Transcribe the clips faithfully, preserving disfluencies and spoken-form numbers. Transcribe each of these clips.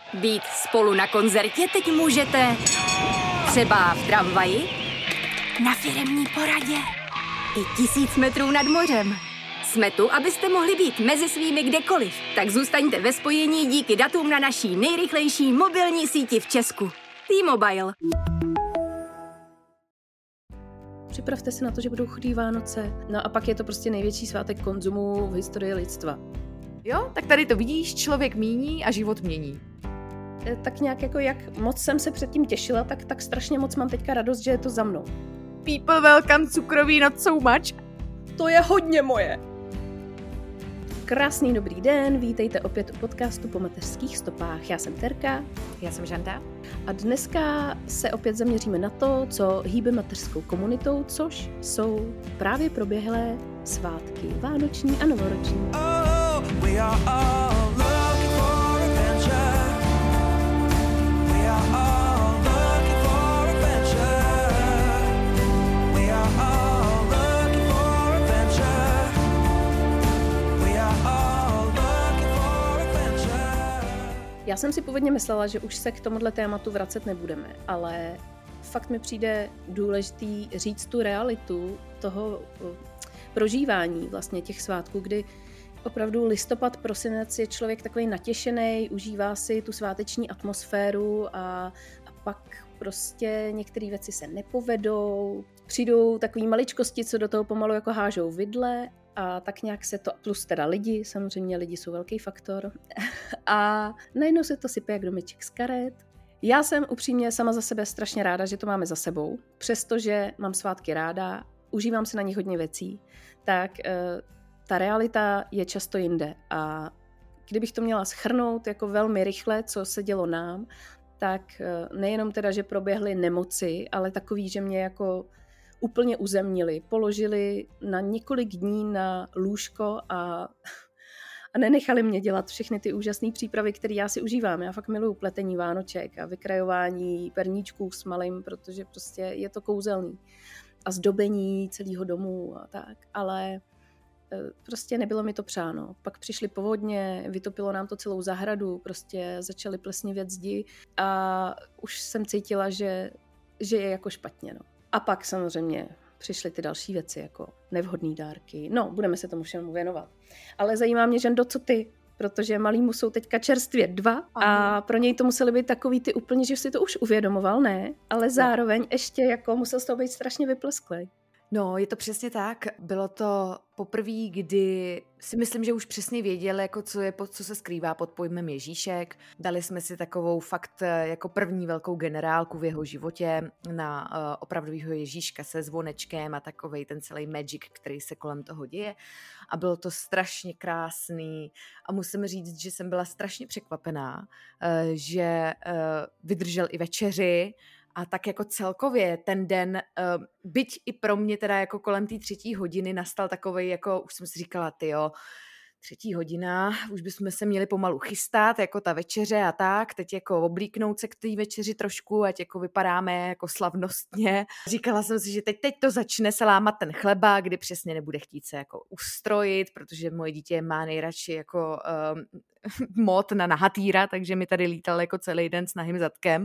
Být spolu na koncertě teď můžete třeba v tramvaji, na firemní poradě i tisíc metrů nad mořem. Jsme tu, abyste mohli být mezi svými kdekoliv. Tak zůstaňte ve spojení díky datům na naší nejrychlejší mobilní síti v Česku. T-Mobile. Připravte se na to, že budou chudý Vánoce. No a pak je to prostě největší svátek konzumu v historii lidstva. Jo, tak tady to vidíš, člověk míní a život mění. Tak nějak jako jak moc jsem se předtím těšila, tak, tak strašně moc mám teďka radost, že je to za mnou. People welcome cukroví not so much. To je hodně moje. Krásný dobrý den, vítejte opět u podcastu Po mateřských stopách. Já jsem Terka. Já jsem Žanda. A dneska se opět zaměříme na to, co hýbe mateřskou komunitou, což jsou právě proběhlé svátky vánoční a novoroční. Oh, we are all looking for adventure. We are all looking for adventure. We are all looking for adventure. We are all looking for adventure. Já jsem si původně myslela, že už se k tomuhle tématu vracet nebudeme, ale fakt mi přijde důležitý říct tu realitu toho prožívání vlastně těch svátků, kdy opravdu listopad, prosinec je člověk takový natěšený, užívá si tu sváteční atmosféru a, a pak prostě některé věci se nepovedou, přijdou takový maličkosti, co do toho pomalu jako hážou vidle a tak nějak se to, plus teda lidi, samozřejmě lidi jsou velký faktor a najednou se to sype jak domeček z karet. Já jsem upřímně sama za sebe strašně ráda, že to máme za sebou, přestože mám svátky ráda, užívám si na nich hodně věcí, tak uh, ta realita je často jinde a kdybych to měla shrnout jako velmi rychle, co se dělo nám, tak uh, nejenom teda, že proběhly nemoci, ale takový, že mě jako úplně uzemnili, položili na několik dní na lůžko a, a nenechali mě dělat všechny ty úžasné přípravy, které já si užívám. Já fakt miluju pletení vánoček a vykrajování perníčků s malým, protože prostě je to kouzelný. A zdobení celého domu a tak, ale prostě nebylo mi to přáno. Pak přišly povodně, vytopilo nám to celou zahradu, prostě začaly plesnivět zdi a už jsem cítila, že, že je jako špatně. No. A pak samozřejmě přišly ty další věci, jako nevhodný dárky. No, budeme se tomu všemu věnovat. Ale zajímá mě, Žando, co ty? Protože malýmu jsou teďka čerstvě dva a pro něj to musely být takový ty úplně, že si to už uvědomoval, ne? Ale zároveň ještě jako musel z toho být strašně vyplesklej. No, je to přesně tak. Bylo to poprvé, kdy si myslím, že už přesně věděli, jako co, je, co se skrývá pod pojmem Ježíšek. Dali jsme si takovou fakt jako první velkou generálku v jeho životě na uh, opravdovýho Ježíška se zvonečkem a takovej ten celý magic, který se kolem toho děje. A bylo to strašně krásný a musím říct, že jsem byla strašně překvapená, uh, že uh, vydržel i večeři. A tak jako celkově ten den, uh, byť i pro mě teda jako kolem té třetí hodiny nastal takovej, jako už jsem si říkala, tyjo, třetí hodina, už bychom se měli pomalu chystat, jako ta večeře a tak, teď jako oblíknout se k té večeři trošku, ať jako vypadáme jako slavnostně. Říkala jsem si, že teď, teď to začne se lámat ten chleba, kdy přesně nebude chtít se jako ustrojit, protože moje dítě má nejradši jako um, mod na nahatýra, takže mi tady lítal jako celý den s nahým zadkem.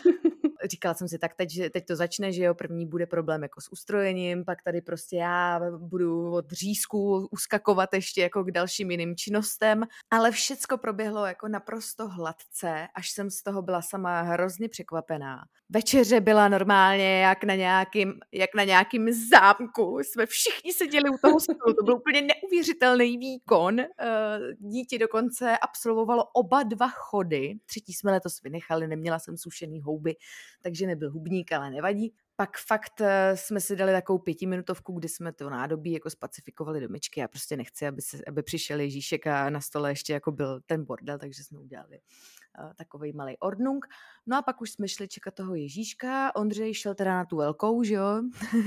Říkala jsem si, tak teď, teď to začne, že jo, první bude problém jako s ustrojením, pak tady prostě já budu od řízku uskakovat ještě jako k dalším jiným činnostem, ale všecko proběhlo jako naprosto hladce, až jsem z toho byla sama hrozně překvapená. Večeře byla normálně jak na nějakým, jak na nějakým zámku, jsme všichni seděli u toho stolu, to byl úplně neuvěřitelný výkon, dítě dokonce absolvovalo oba dva chody, třetí jsme letos vynechali, neměla jsem sušený houby, takže nebyl hubník, ale nevadí. Pak fakt jsme si dali takovou pětiminutovku, kdy jsme to nádobí jako spacifikovali do myčky. Já prostě nechci, aby, se, aby přišel Ježíšek a na stole ještě jako byl ten bordel, takže jsme udělali uh, takovej malý ordnung. No a pak už jsme šli čekat toho Ježíška. Ondřej šel teda na tu velkou, že jo?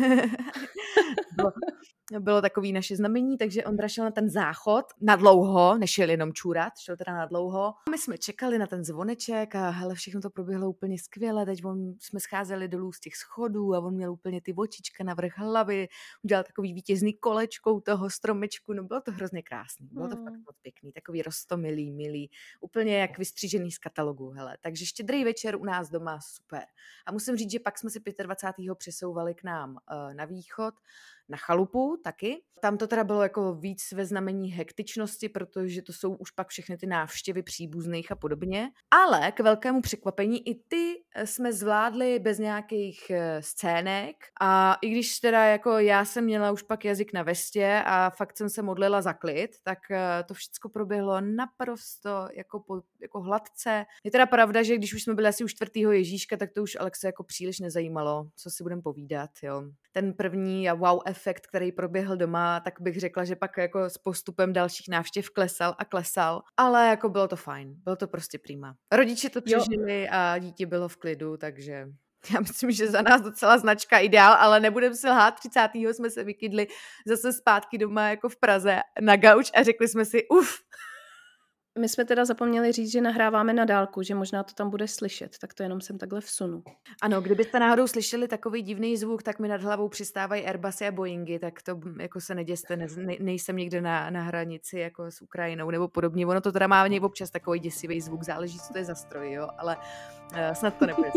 bylo, bylo takový naše znamení, takže Ondra šel na ten záchod na dlouho, nešel jenom čůrat, šel teda na dlouho. My jsme čekali na ten zvoneček a hele, všechno to proběhlo úplně skvěle. Teď on, jsme scházeli dolů z těch schodů a on měl úplně ty očička na vrch hlavy, udělal takový vítězný kolečko u toho stromečku, no bylo to hrozně krásný, bylo to fakt moc pěkný, takový roztomilý, milý, úplně jak vystřížený z z katalogu, hele. Takže štědrý večer u nás doma, super. A musím říct, že pak jsme si dvacátého pátého přesouvali k nám uh, na východ, na chalupu taky. Tam to teda bylo jako víc ve znamení hektičnosti, protože to jsou už pak všechny ty návštěvy příbuzných a podobně. Ale k velkému překvapení i ty jsme zvládli bez nějakých scének a i když teda jako já jsem měla už pak jazyk na vestě a fakt jsem se modlila za klid, tak to všechno proběhlo naprosto jako, po, jako hladce. Je teda pravda, že když už jsme byli asi u čtvrtýho Ježíška, tak to už Alexe jako příliš nezajímalo, co si budeme povídat, jo. Ten první a wow efekt, který proběhl doma, tak bych řekla, že pak jako s postupem dalších návštěv klesal a klesal, ale jako bylo to fajn, bylo to prostě prima. Rodiče to přežili jo. A dítě bylo v klidu, takže já myslím, že za nás docela značka ideál, ale nebudem si lhát, třicátého jsme se vykydli zase zpátky doma jako v Praze na gauč a řekli jsme si uf. My jsme teda zapomněli říct, že nahráváme na dálku, že možná to tam bude slyšet, tak to jenom jsem takhle vsunu. Ano, kdybyste náhodou slyšeli takový divný zvuk, tak mi nad hlavou přistávají Airbusy a Boeingy, tak to jako se neděste, ne, nejsem někde na, na hranici jako s Ukrajinou nebo podobně. Ono to teda má v něj občas takový děsivý zvuk, záleží, co to je za stroj, jo, ale uh, snad to nebude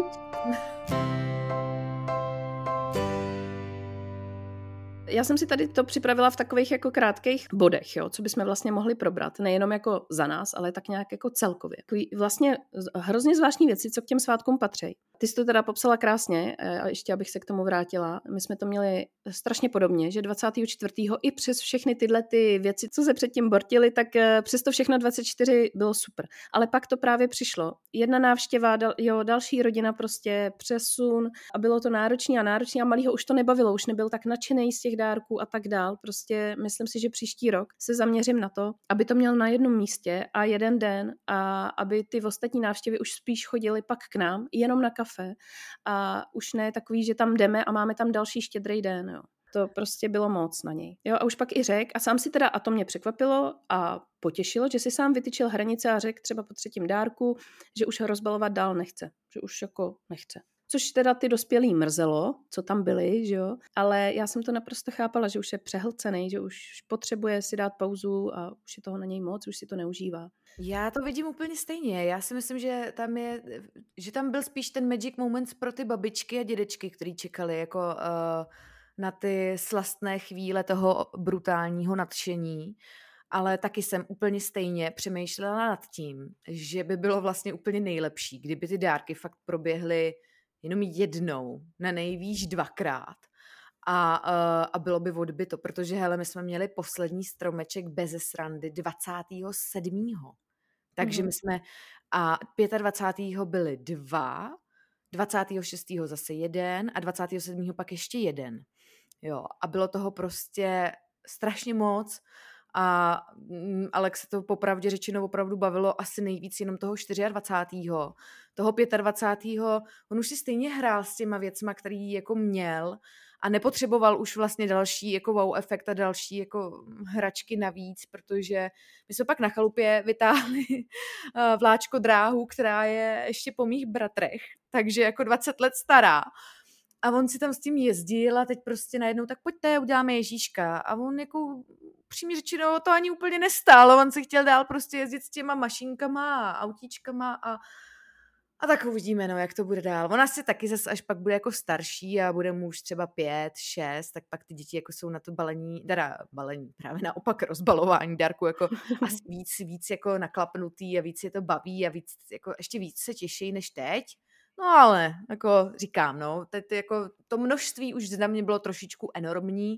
Já jsem si tady to připravila v takových jako krátkých bodech, jo, co bychom vlastně mohli probrat, nejenom jako za nás, ale tak nějak jako celkově. Takový vlastně hrozně zvláštní věci, co k těm svátkům patří. Ty jsi to teda popsala krásně a ještě abych se k tomu vrátila. My jsme to měli strašně podobně, že dvacátého čtvrtého i přes všechny tyhle ty věci, co se předtím bortily, tak přes to všechno dvacet čtyři bylo super. Ale pak to právě přišlo. Jedna návštěva, dal, jo, další rodina prostě přesun a bylo to náročný a náročný a malýho už to nebavilo, už nebyl tak nadšený z těch dárků a tak dál. Prostě myslím si, že příští rok se zaměřím na to, aby to měl na jednom místě a jeden den a aby ty ostatní návštěvy už spíš chodily pak k nám, jenom na kafe a už ne takový, že tam jdeme a máme tam další štědrý den, jo. To prostě bylo moc na něj. Jo, a už pak i řekl, a sám si teda, a to mě překvapilo a potěšilo, že si sám vytyčil hranice a řekl třeba po třetím dárku, že už ho rozbalovat dál nechce, že už jako nechce. Což teda ty dospělí mrzelo, co tam byli, že jo, ale já jsem to naprosto chápala, že už je přehlcený, že už potřebuje si dát pauzu a už je toho na něj moc, už si to neužívá. Já to vidím úplně stejně. Já si myslím, že tam je, že tam byl spíš ten magic moment pro ty babičky a dědečky, kteří čekali jako uh, na ty slastné chvíle toho brutálního nadšení. Ale taky jsem úplně stejně přemýšlela nad tím, že by bylo vlastně úplně nejlepší, kdyby ty dárky fakt proběhly jenom jednou, na nejvýš dvakrát. A, uh, a bylo by odbyto, protože hele, my jsme měli poslední stromeček beze srandy dvacátého sedmého Takže mm-hmm. my jsme a dvacátého pátého byly dva, dvacátého šestého zase jeden a dvacátého sedmého pak ještě jeden. Jo, a bylo toho prostě strašně moc a mm, Alex se to popravdě řečeno opravdu bavilo asi nejvíc jenom toho dvacátého čtvrtého Toho dvacátého pátého on už si stejně hrál s těma věcma, který jako měl a nepotřeboval už vlastně další jako wow efekt a další jako hračky navíc, protože my jsme pak na chalupě vytáhli vláčko dráhu, která je ještě po mých bratrech, takže jako dvacet let stará. A on si tam s tím jezdil a teď prostě najednou tak pojďte, uděláme Ježíška. A on jako přímě řečeno to ani úplně nestálo, on se chtěl dál prostě jezdit s těma mašinkama a autíčkama a A tak uvidíme, no, jak to bude dál. Ona si taky zase až pak bude jako starší a bude mu už třeba pět, šest, tak pak ty děti jako jsou na to balení, teda balení, právě naopak rozbalování dárku, jako asi víc, víc jako naklapnutý a víc je to baví a víc, jako ještě víc se těší než teď. No ale, jako říkám, no, teď jako to množství už za mě bylo trošičku enormní.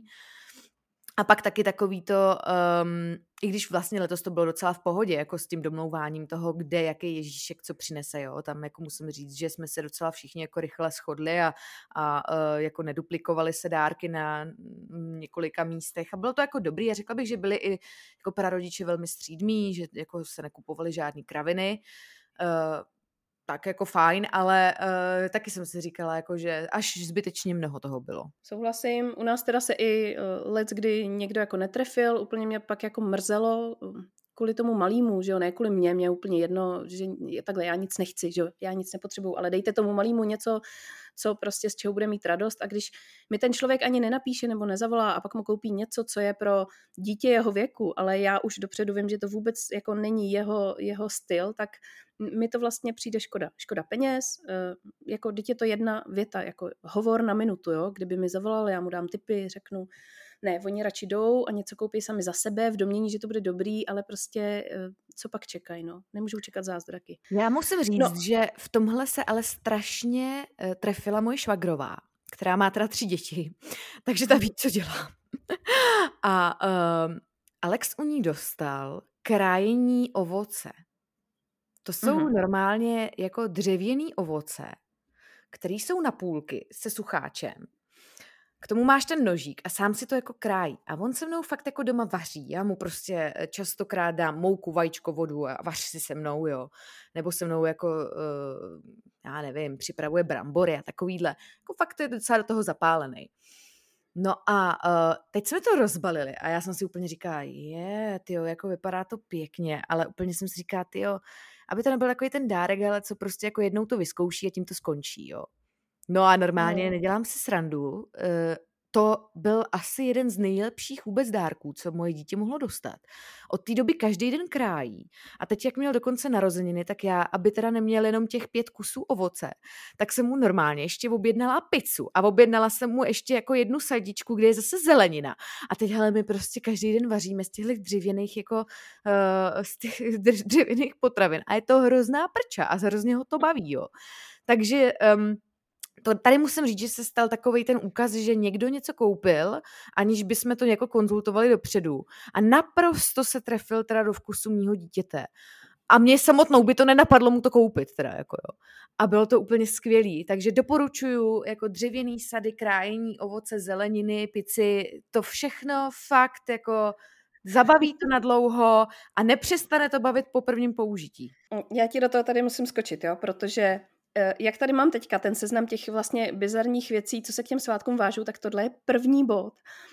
A pak taky takový to, um, i když vlastně letos to bylo docela v pohodě, jako s tím domlouváním toho, kde jaký Ježíšek co přinese, jo, tam jako musím říct, že jsme se docela všichni jako rychle shodli a, a uh, jako neduplikovali se dárky na několika místech a bylo to jako dobrý a řekla bych, že byli i jako prarodiče velmi střídmí, že jako se nekupovali žádný kraviny, uh, tak jako fajn, ale uh, taky jsem si říkala, jako, že až zbytečně mnoho toho bylo. Souhlasím, u nás teda se i uh, let, kdy někdo jako netrefil, úplně mě pak jako mrzelo, kvůli tomu malýmu, že jo, ne kvůli mě, mě je úplně jedno, že takhle já nic nechci, že jo, já nic nepotřebuju, ale dejte tomu malýmu něco, co prostě z čeho bude mít radost a když mi ten člověk ani nenapíše nebo nezavolá a pak mu koupí něco, co je pro dítě jeho věku, ale já už dopředu vím, že to vůbec jako není jeho, jeho styl, tak mi to vlastně přijde škoda. Škoda peněz, jako dítě to jedna věta, jako hovor na minutu, jo, kdyby mi zavolal, já mu dám tipy, řeknu, ne, oni radši jdou a něco koupí sami za sebe v domění, že to bude dobrý, ale prostě co pak čekají, no. Nemůžou čekat zázraky. Já musím říct, No. že v tomhle se ale strašně uh, trefila moje švagrová, která má teda tři děti, takže ta ví, co dělá. A uh, Alex u ní dostal krájení ovoce. To jsou Mhm. normálně jako dřevěný ovoce, které jsou na půlky se sucháčem. K tomu máš ten nožík a sám si to jako krájí. A on se mnou fakt jako doma vaří. Já mu prostě častokrát dám mouku, vajíčko, vodu a vař si se mnou, jo. Nebo se mnou jako, uh, já nevím, připravuje brambory a takovýhle. Jako fakt je docela do toho zapálený. No a uh, teď jsme to rozbalili a já jsem si úplně říkala, je, tyjo, jako vypadá to pěkně, ale úplně jsem si říkala, tyjo, aby to nebyl takový ten dárek, ale co prostě jako jednou to vyzkouší a tím to skončí, jo. No a normálně, No. nedělám si srandu, uh, to byl asi jeden z nejlepších vůbec dárků, co moje dítě mohlo dostat. Od té doby každý den krájí. A teď, jak měl dokonce narozeniny, tak já, aby teda neměl jenom těch pět kusů ovoce, tak jsem mu normálně ještě objednala pizzu a objednala jsem mu ještě jako jednu sadičku, kde je zase zelenina. A teď, hele, my prostě každý den vaříme z těchto dřevěných jako uh, z těch dřevěných potravin. A je to hrozná prča a hrozně ho to baví, jo. Takže um, to tady musím říct, že se stal takovej ten úkaz, že někdo něco koupil, aniž bychom to jako konzultovali dopředu. A naprosto se trefil teda do vkusu mýho dítěte. A mě samotnou by to nenapadlo mu to koupit teda, jako jo. A bylo to úplně skvělý. Takže doporučuju jako dřevěný sady, krájení ovoce, zeleniny, pici, to všechno fakt jako zabaví to na dlouho a nepřestane to bavit po prvním použití. Já ti do toho tady musím skočit, jo, protože jak tady mám teďka ten seznam těch vlastně bizarních věcí, co se k těm svátkům vážou, tak tohle je první bod.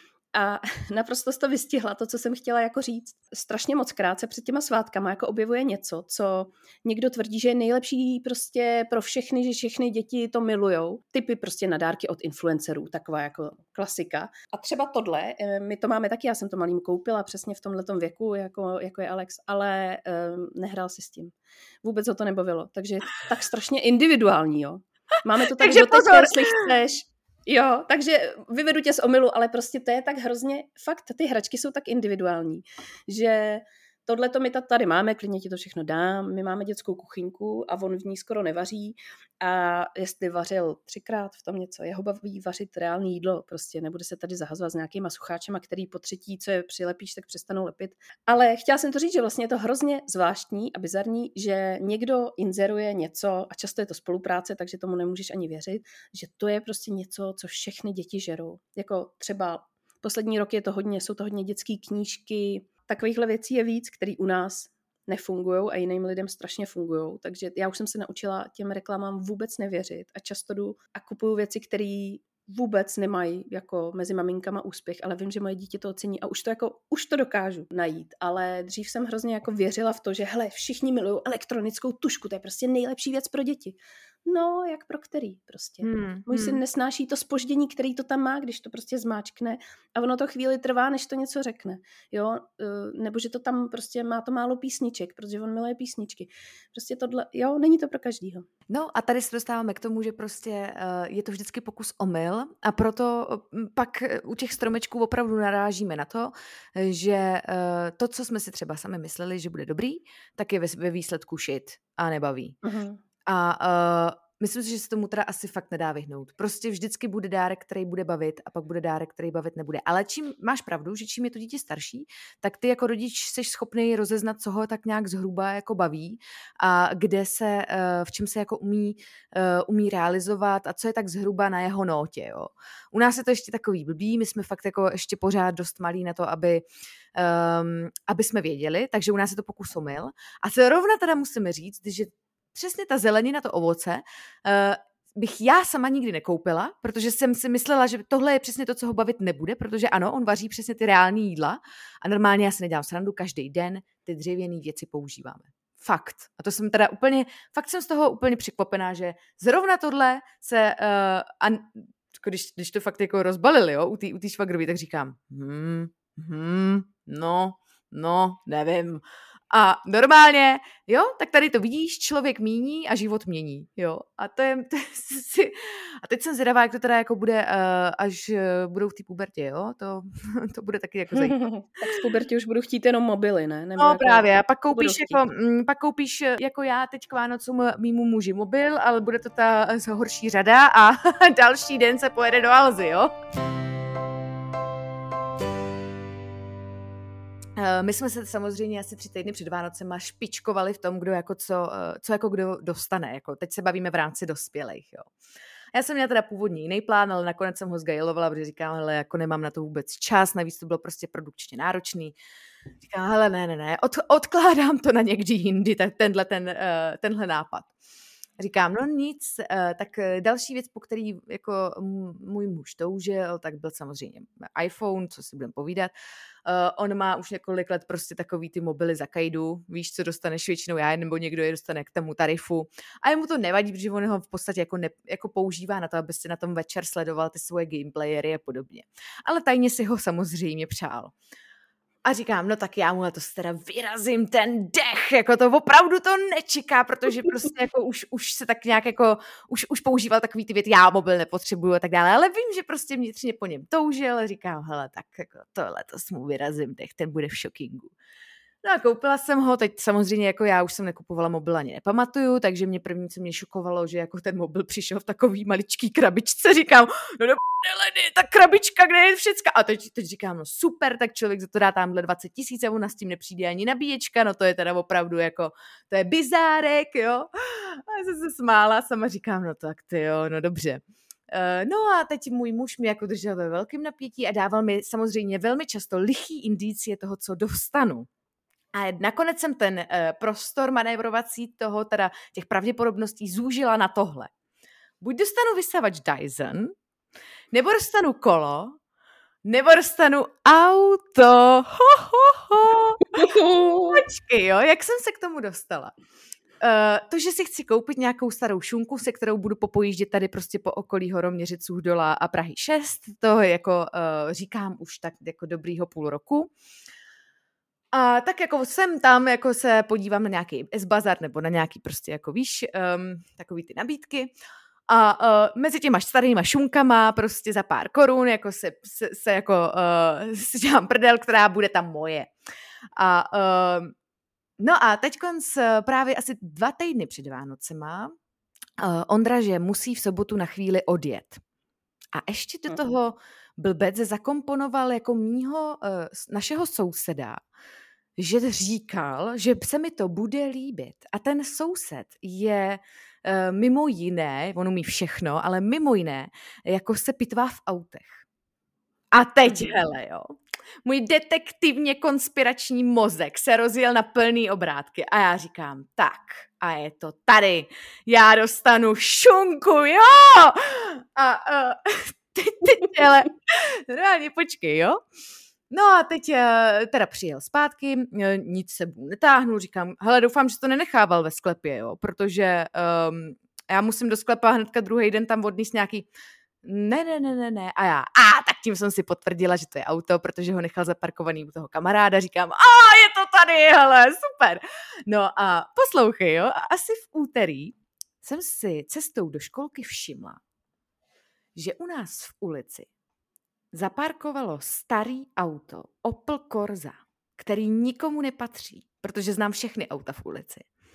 A naprosto to vystihla, to, co jsem chtěla jako říct. Strašně moc krát se před těma svátkama jako objevuje něco, co někdo tvrdí, že je nejlepší prostě pro všechny, že všechny děti to milujou. Typy prostě na dárky od influencerů, taková jako klasika. A třeba tohle, my to máme taky, já jsem to malým koupila přesně v tomhletom věku, jako, jako je Alex, ale um, nehrál si s tím. Vůbec ho to nebavilo, takže tak strašně individuální, jo. Máme to tady do teďka, jestli chceš. Jo, takže vyvedu tě z omylu, ale prostě to je tak hrozně, fakt, ty hračky jsou tak individuální, že tohle to my tady máme, klidně ti to všechno dám, my máme dětskou kuchyňku a on v ní skoro nevaří a jestli vařil třikrát v tom něco, jeho baví vařit reálné jídlo, prostě nebude se tady zahazovat s nějakýma sucháčema, který po třetí, co je přilepíš, tak přestanou lepit. Ale chtěla jsem to říct, že vlastně je to hrozně zvláštní a bizarní, že někdo inzeruje něco a často je to spolupráce, takže tomu nemůžeš ani věřit, že to je prostě něco, co všechny děti žerou. Jako třeba poslední rok je to hodně, jsou to hodně dětské knížky, takovýchhle věcí je víc, který u nás nefungujou a jiným lidem strašně fungujou. Takže já už jsem se naučila těm reklamám vůbec nevěřit a často jdu a kupuju věci, které vůbec nemají jako mezi maminkama úspěch, ale vím, že moje dítě to ocení a už to jako, už to dokážu najít, ale dřív jsem hrozně jako věřila v to, že hele, všichni milují elektronickou tušku, to je prostě nejlepší věc pro děti. No, jak pro který prostě. Hmm, Můj hmm. syn nesnáší to zpoždění, který to tam má, když to prostě zmáčkne a ono to chvíli trvá, než to něco řekne. Jo, nebo že to tam prostě má to málo písniček, protože on miluje písničky. Prostě tohle, jo, není to pro každýho. No a tady se dostáváme k tomu, že prostě uh, je to vždycky pokus omyl a proto uh, pak u těch stromečků opravdu narážíme na to, že uh, to, co jsme si třeba sami mysleli, že bude dobrý, tak je ve, ve výsledku shit a nebaví. Uh-huh. A uh, myslím si, že se tomu teda asi fakt nedá vyhnout. Prostě vždycky bude dárek, který bude bavit a pak bude dárek, který bavit nebude. Ale čím máš pravdu, že čím je to dítě starší, tak ty jako rodič jsi schopný rozeznat, co ho tak nějak zhruba jako baví a kde se, uh, v čem se jako umí, uh, umí realizovat a co je tak zhruba na jeho notě. Jo. U nás je to ještě takový blbý, my jsme fakt jako ještě pořád dost malí na to, aby um, aby jsme věděli, takže u nás je to pokus omyl. A zrovna teda musíme říct, že přesně ta zelenina, to ovoce, uh, bych já sama nikdy nekoupila, protože jsem si myslela, že tohle je přesně to, co ho bavit nebude, protože ano, on vaří přesně ty reální jídla a normálně já si nedělám srandu, každý den ty dřevěné věci používáme. Fakt. A to jsem teda úplně, fakt jsem z toho úplně překvapená, že zrovna tohle se, uh, a když, když to fakt jako rozbalili, jo, u té u té švagrovy, tak říkám, hm, hm, no, no, nevím. A normálně, jo, tak tady to vidíš, člověk míní a život mění, jo. A to je, to je si, a teď jsem zvědavá, jak to teda jako bude, uh, až uh, budou v té pubertě, jo, to, to bude taky jako zajímavé. Tak v pubertě už budu chtít jenom mobily, ne? Nebo No jako, právě, a pak koupíš, jako, m, pak koupíš jako já teď k Vánocům mýmu muži mobil, ale bude to ta horší řada a další den se pojede do Alzy, jo. My jsme se samozřejmě asi tři týdny před Vánocema špičkovali v tom, kdo jako co, co jako kdo dostane. Jako teď se bavíme v rámci dospělých, jo. Já jsem měla teda původně jiný plán, ale nakonec jsem ho zgailovala, protože říkám, hele, jako nemám na to vůbec čas, navíc to bylo prostě produkčně náročný. Říkám, hele, ne, ne, ne, od, odkládám to na někdy jindy, tak tenhle, ten, tenhle nápad. Říkám, no nic, tak další věc, po který jako můj muž toužil, tak byl samozřejmě iPhone, co si budeme povídat. On má už několik let prostě takový ty mobily za kajdu, víš, co dostaneš většinou já, nebo někdo je dostane k tomu tarifu. A jemu to nevadí, protože on ho v podstatě jako, ne, jako používá na to, aby si na tom večer sledoval ty svoje gameplayery a podobně. Ale tajně si ho samozřejmě přál. A říkám, no tak já mu na to teda vyrazím ten dech, jako to opravdu to nečeká, protože prostě jako už, už se tak nějak jako, už, už používal takový ty věty, já mobil nepotřebuju a tak dále, ale vím, že prostě vnitřně po něm toužil a říkám, hele, tak jako tohle to mu vyrazím dech, ten bude v šokingu. No a koupila jsem ho, teď samozřejmě jako já už jsem nekupovala mobil ani nepamatuju, takže mě první, co mě šokovalo, že jako ten mobil přišel v takový maličký krabičce, říkám, no do p***ledy, ta krabička, kde je všecka. A teď, teď říkám, no super, tak člověk za to dá tamhle dvacet tisíc a ona s tím nepřijde ani nabíječka, no to je teda opravdu jako, to je bizárek, jo. A já jsem se smála, sama říkám, no tak ty jo, no dobře. Uh, no a teď můj muž mě jako držel ve velkém napětí a dával mi samozřejmě velmi často lichý indicie toho, co dostanu. A nakonec jsem ten uh, prostor manévrovací toho, teda těch pravděpodobností zúžila na tohle. Buď dostanu vysavač Dyson, nebo dostanu kolo, nebo dostanu auto. Ho, ho, ho. Počkej, jo, jak jsem se k tomu dostala? Uh, to, že si chci koupit nějakou starou šunku, se kterou budu popojíždět tady prostě po okolí Horoměřic, Suchdola a Prahy šest, to jako uh, říkám už tak jako dobrýho půl roku. A tak jako jsem tam, jako se podívám na nějaký S-Bazar nebo na nějaký prostě jako víš, um, takový ty nabídky. A uh, mezi těma starýma šunkama prostě za pár korun jako se, se, se jako uh, si dělám prdel, která bude tam moje. A uh, no a teďkonc právě asi dva týdny před Vánocema uh, Ondra, že musí v sobotu na chvíli odjet. A ještě do toho blbec zakomponoval jako mýho, uh, našeho souseda, že říkal, že se mi to bude líbit. A ten soused je uh, mimo jiné, on umí všechno, ale mimo jiné, jako se pitvá v autech. A teď, hele, jo. Můj detektivně konspirační mozek se rozjel na plný obrátky a já říkám, tak, a je to tady. Já dostanu šunku, jo! A uh, teď, teď, ale reálně počkej, jo? No a teď uh, teda přijel zpátky, uh, nic se mu netáhnul, říkám, hele, doufám, že to nenechával ve sklepě, jo, protože um, já musím do sklepa hnedka druhý den tam odníst nějaký ne, ne, ne, ne, ne. A já, a tak tím jsem si potvrdila, že to je auto, protože ho nechal zaparkovaný u toho kamaráda. Říkám, a je to tady, hele, super. No a poslouchej, jo, a asi v úterý jsem si cestou do školky všimla, že u nás v ulici zaparkovalo starý auto Opel Corsa, který nikomu nepatří, protože znám všechny auta v ulici.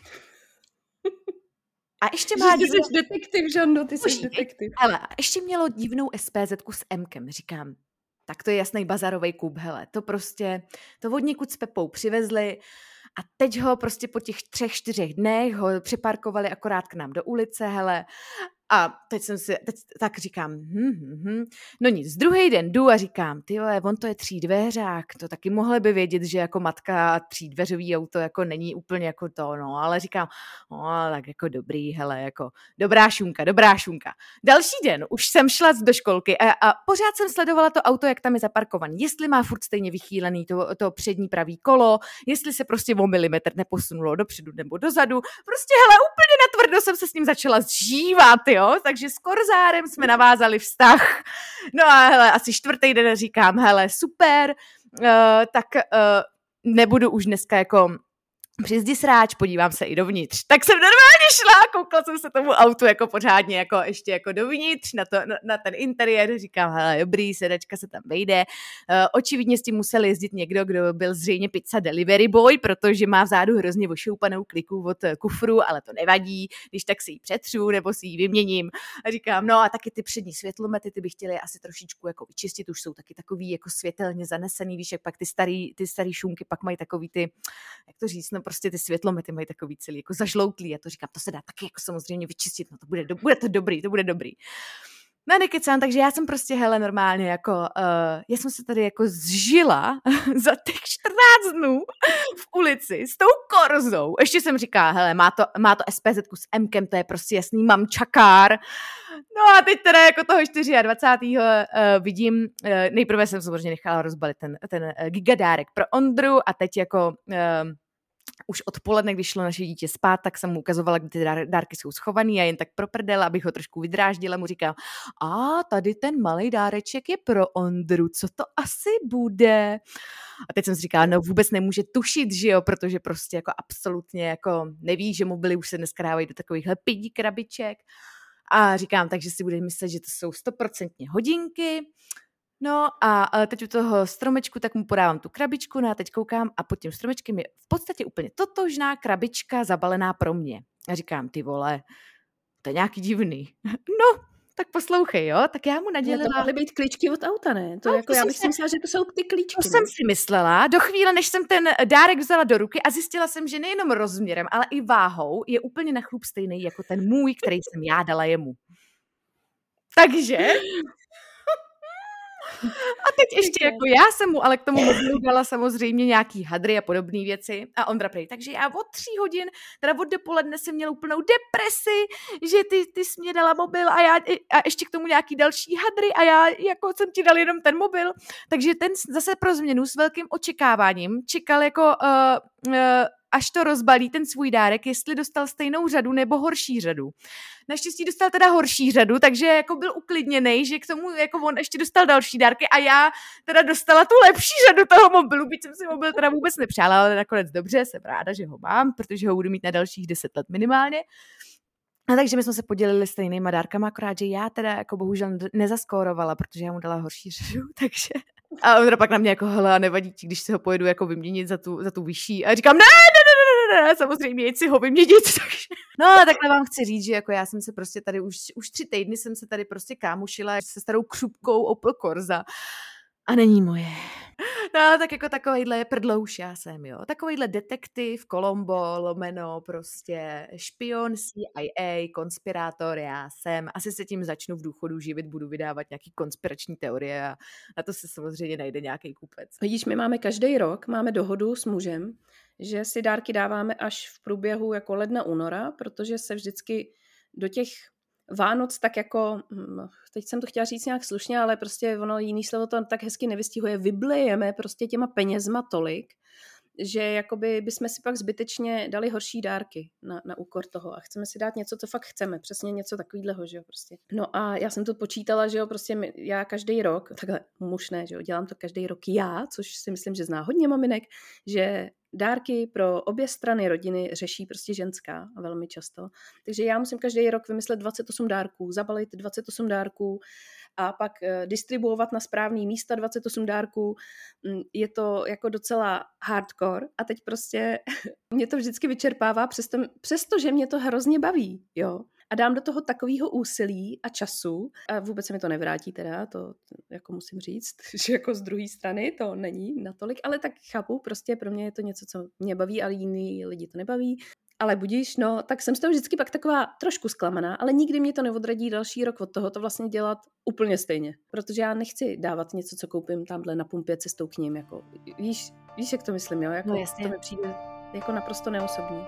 A ještě má ty divnou... jsi detektiv, Žando, ty jsi detektiv. Hele, a ještě mělo divnou SPZku s Mkem. Říkám, tak to je jasný bazarovej kup, hele. To prostě, to od někud s Pepou přivezli a teď ho prostě po těch třech, čtyřech dnech ho připarkovali akorát k nám do ulice, hele. A teď jsem si, teď tak říkám, hm, hm, hm. No nic, druhý den jdu a říkám, ty vole, on to je třídveřák, to taky mohli by vědět, že jako matka třídveřový auto jako není úplně jako to, no, ale říkám, no, tak jako dobrý, hele, jako dobrá šunka, dobrá šunka. Další den už jsem šla do školky a, a pořád jsem sledovala to auto, jak tam je zaparkovaný, jestli má furt stejně vychýlený to, to přední pravý kolo, jestli se prostě o milimetr neposunulo dopředu nebo dozadu, prostě hele, úplně natvrdo jsem se s ním začala zžívat, jo, takže s Korzárem jsme navázali vztah. No a hele, asi čtvrtý den říkám, hele, super, uh, tak uh, nebudu už dneska jako přizdi sráč, podívám se i dovnitř. Tak jsem normálně šla, koukla jsem se tomu autu jako pořádně jako ještě jako dovnitř na, to, na, na ten interiér, říkám, hele, dobrý, sedačka se tam vejde. Uh, očividně s tím musel jezdit někdo, kdo byl zřejmě pizza delivery boy, protože má vzadu hrozně ošoupanou kliku od kufru, ale to nevadí, když tak si ji přetřu nebo si ji vyměním. A říkám, no a taky ty přední světlomety, ty by chtěli asi trošičku jako vyčistit, už jsou taky takový jako světelně zanesený, víš, jak pak ty starý, ty starý šunky pak mají takový ty, jak to říct, no prostě ty světlomety mají takový celý jako zažloutlý a to říkám, to se dá taky jako samozřejmě vyčistit, no to bude, do, bude to dobrý, to bude dobrý. No nekecám, takže já jsem prostě, hele, normálně jako, uh, já jsem se tady jako zžila za těch čtrnáct dnů v ulici s tou Korzou. Ještě jsem říkala, hele, má to, má to SPZku s Mkem, to je prostě jasný mamčakár. No a teď teda jako toho dvacátého čtvrtého Uh, vidím, uh, nejprve jsem samozřejmě nechala rozbalit ten, ten uh, gigadárek pro Ondru a teď jako... Uh, už odpoledne, když šlo naše dítě spát, tak jsem mu ukazovala, kde ty dárky jsou schovaný a jen tak pro prdel, abych ho trošku vydráždila, mu říkám, a tady ten malej dáreček je pro Ondru, co to asi bude? A teď jsem si říkala, no vůbec nemůže tušit, že jo, protože prostě jako absolutně jako neví, že mobily už se dneska dávají do takovýchhle pidí krabiček. A říkám, takže si bude myslet, že to jsou stoprocentně hodinky. No a teď u toho stromečku tak mu podávám tu krabičku, no a teď koukám a pod tím stromečkem je v podstatě úplně totožná krabička zabalená pro mě. A říkám, ty vole, to je nějaký divný. No, tak poslouchej, jo, tak já mu nadělila... No to mohly být klíčky od auta, ne? To no, jako já bych si myslela, že to jsou ty klíčky. To ne? jsem si myslela, do chvíle, než jsem ten dárek vzala do ruky a zjistila jsem, že nejenom rozměrem, ale i váhou je úplně na chlup stejný jako ten můj, který jsem já dala jemu. Takže... A teď ještě jako já jsem mu, ale k tomu mobilu dala samozřejmě nějaký hadry a podobné věci. A Ondra prej, takže já od tří hodin, teda od dopoledne jsem měla úplnou depresi, že ty, ty jsi mě dala mobil a já a ještě k tomu nějaký další hadry a já jako jsem ti dal jenom ten mobil. Takže ten zase pro změnu s velkým očekáváním čekal jako... Uh, uh, až to rozbalí ten svůj dárek, jestli dostal stejnou řadu nebo horší řadu. Naštěstí dostal teda horší řadu, takže jako byl uklidněnej, že k tomu jako on ještě dostal další dárky a já teda dostala tu lepší řadu toho mobilu, byť jsem si mobil teda vůbec nepřála, ale nakonec dobře, jsem ráda, že ho mám, protože ho budu mít na dalších deset let minimálně. A takže my jsme se podělili stejnýma dárkama, akorát, že já teda jako bohužel nezaskórovala, protože já mu dala horší řadu, takže... A on pak na mě jako, hele, nevadí ti, když si ho pojedu jako vyměnit za tu, za tu vyšší. A říkám, ne, ne, ne, ne, ne, samozřejmě, jeď si ho vyměnit. Takže... No ale takhle vám chci říct, že jako já jsem se prostě tady, už, už tři týdny jsem se tady prostě kámošila se starou křupkou Opel Corsa. A není moje. No ale tak jako takovejhle prdlouš já jsem, jo. Takovejhle detektiv, Colombo, lomeno, prostě špion, C I A, konspirátor, já jsem. Asi se tím začnu v důchodu živit, budu vydávat nějaký konspirační teorie a na to se samozřejmě najde nějaký kupec. Vidíš, my máme každý rok, máme dohodu s mužem, že si dárky dáváme až v průběhu jako ledna, února, protože se vždycky do těch Vánoc tak jako, teď jsem to chtěla říct nějak slušně, ale prostě ono jiný slovo to tak hezky nevystihuje, vyblejeme prostě těma penězma tolik, že jakoby bychom si pak zbytečně dali horší dárky na, na úkor toho a chceme si dát něco, co fakt chceme, přesně něco takovýhleho, že jo, prostě. No a já jsem to počítala, že jo, prostě já každý rok, takhle muž ne, že jo, dělám to každý rok já, což si myslím, že zná hodně maminek, že dárky pro obě strany rodiny řeší prostě ženská velmi často. Takže já musím každý rok vymyslet dvacet osm dárků, zabalit dvacet osm dárků a pak distribuovat na správný místa dvacet osm dárků. Je to jako docela hardcore a teď prostě mě to vždycky vyčerpává, přesto, přestože mě to hrozně baví, jo. A dám do toho takového úsilí a času a vůbec se mi to nevrátí teda, to jako musím říct, že jako z druhé strany to není natolik, ale tak chápu, prostě pro mě je to něco, co mě baví, ale jiný lidi to nebaví. Ale budíš, no, tak jsem z toho vždycky pak taková trošku zklamaná, ale nikdy mě to neodradí další rok od toho to vlastně dělat úplně stejně. Protože já nechci dávat něco, co koupím tamhle na pumpě cestou k ním, jako, víš, víš, jak to myslím, jo? Jako, No jasně. to mi přijde jako naprosto neosobní.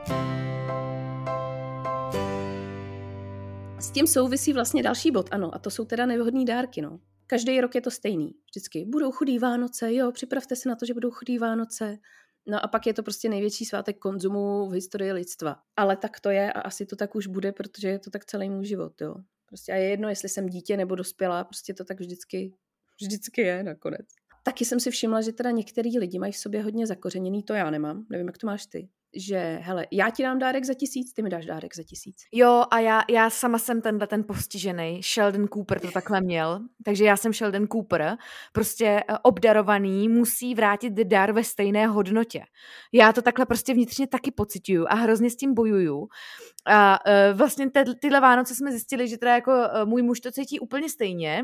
S tím souvisí vlastně další bod, ano, a to jsou teda nevhodný dárky, no. Každý rok je to stejný, vždycky. Budou chudý Vánoce, jo, připravte se na to, že budou chudý Vánoce. No a pak je to prostě největší svátek konzumu v historii lidstva. Ale tak to je a asi to tak už bude, protože je to tak celý můj život, jo. Prostě a je jedno, jestli jsem dítě nebo dospělá, prostě to tak vždycky, vždycky je nakonec. Taky jsem si všimla, že teda některý lidi mají v sobě hodně zakořeněný, to já nemám, nevím, jak to máš ty. Že, hele, já ti dám dárek za tisíc, ty mi dáš dárek za tisíc. Jo, a já, já sama jsem tenhle ten postižený. Sheldon Cooper to takhle měl, takže já jsem Sheldon Cooper, prostě eh, obdarovaný musí vrátit dar ve stejné hodnotě. Já to takhle prostě vnitřně taky pociťuju a hrozně s tím bojuju. A eh, vlastně te, tyhle Vánoce jsme zjistili, že teda jako eh, můj muž to cítí úplně stejně.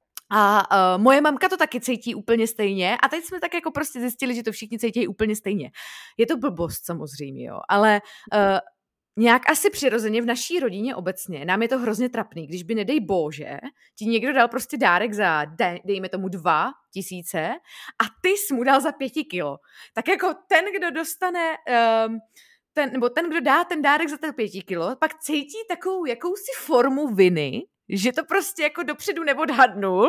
A uh, moje mamka to taky cítí úplně stejně a teď jsme tak jako prostě zjistili, že to všichni cítí úplně stejně. Je to blbost samozřejmě, jo, ale uh, nějak asi přirozeně v naší rodině obecně nám je to hrozně trapný, když by nedej bože ti někdo dal prostě dárek za, dej, dejme tomu dva tisíce a ty jsi mu dal za pěti kilo. Tak jako ten, kdo dostane... Um, ten, nebo ten, kdo dá ten dárek za ten pěti kilo, pak cítí takovou jakousi formu viny, že to prostě jako dopředu neodhadnul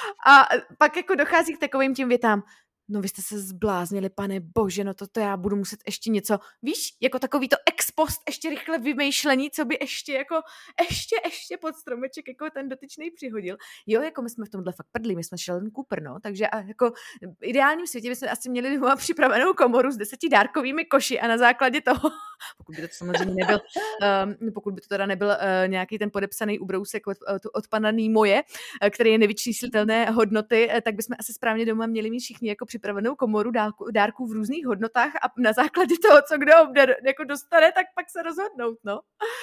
a pak jako dochází k takovým tím větám, no vy jste se zbláznili, pane bože, no toto já budu muset ještě něco, víš, jako takový to ex post, ještě rychle vymýšlení, co by ještě jako, ještě, ještě pod stromeček jako ten dotyčný přihodil. Jo, jako my jsme v tomhle fakt prdli, my jsme Sheldon Cooper, no, takže a jako v ideálním světě bychom asi měli doma připravenou komoru s deseti dárkovými koši a na základě toho, pokud by to samozřejmě nebyl, um, pokud by to teda nebyl uh, nějaký ten podepsaný ubrousek od, od, od pana Nimoje, uh, který je nevyčíslitelné hodnoty, uh, tak bychom asi správně doma měli mít všichni jako připravenou komoru dárků, dárků v různých hodnotách a na základě toho, co kdo obdar, jako dostane, tak pak se rozhodnout, no.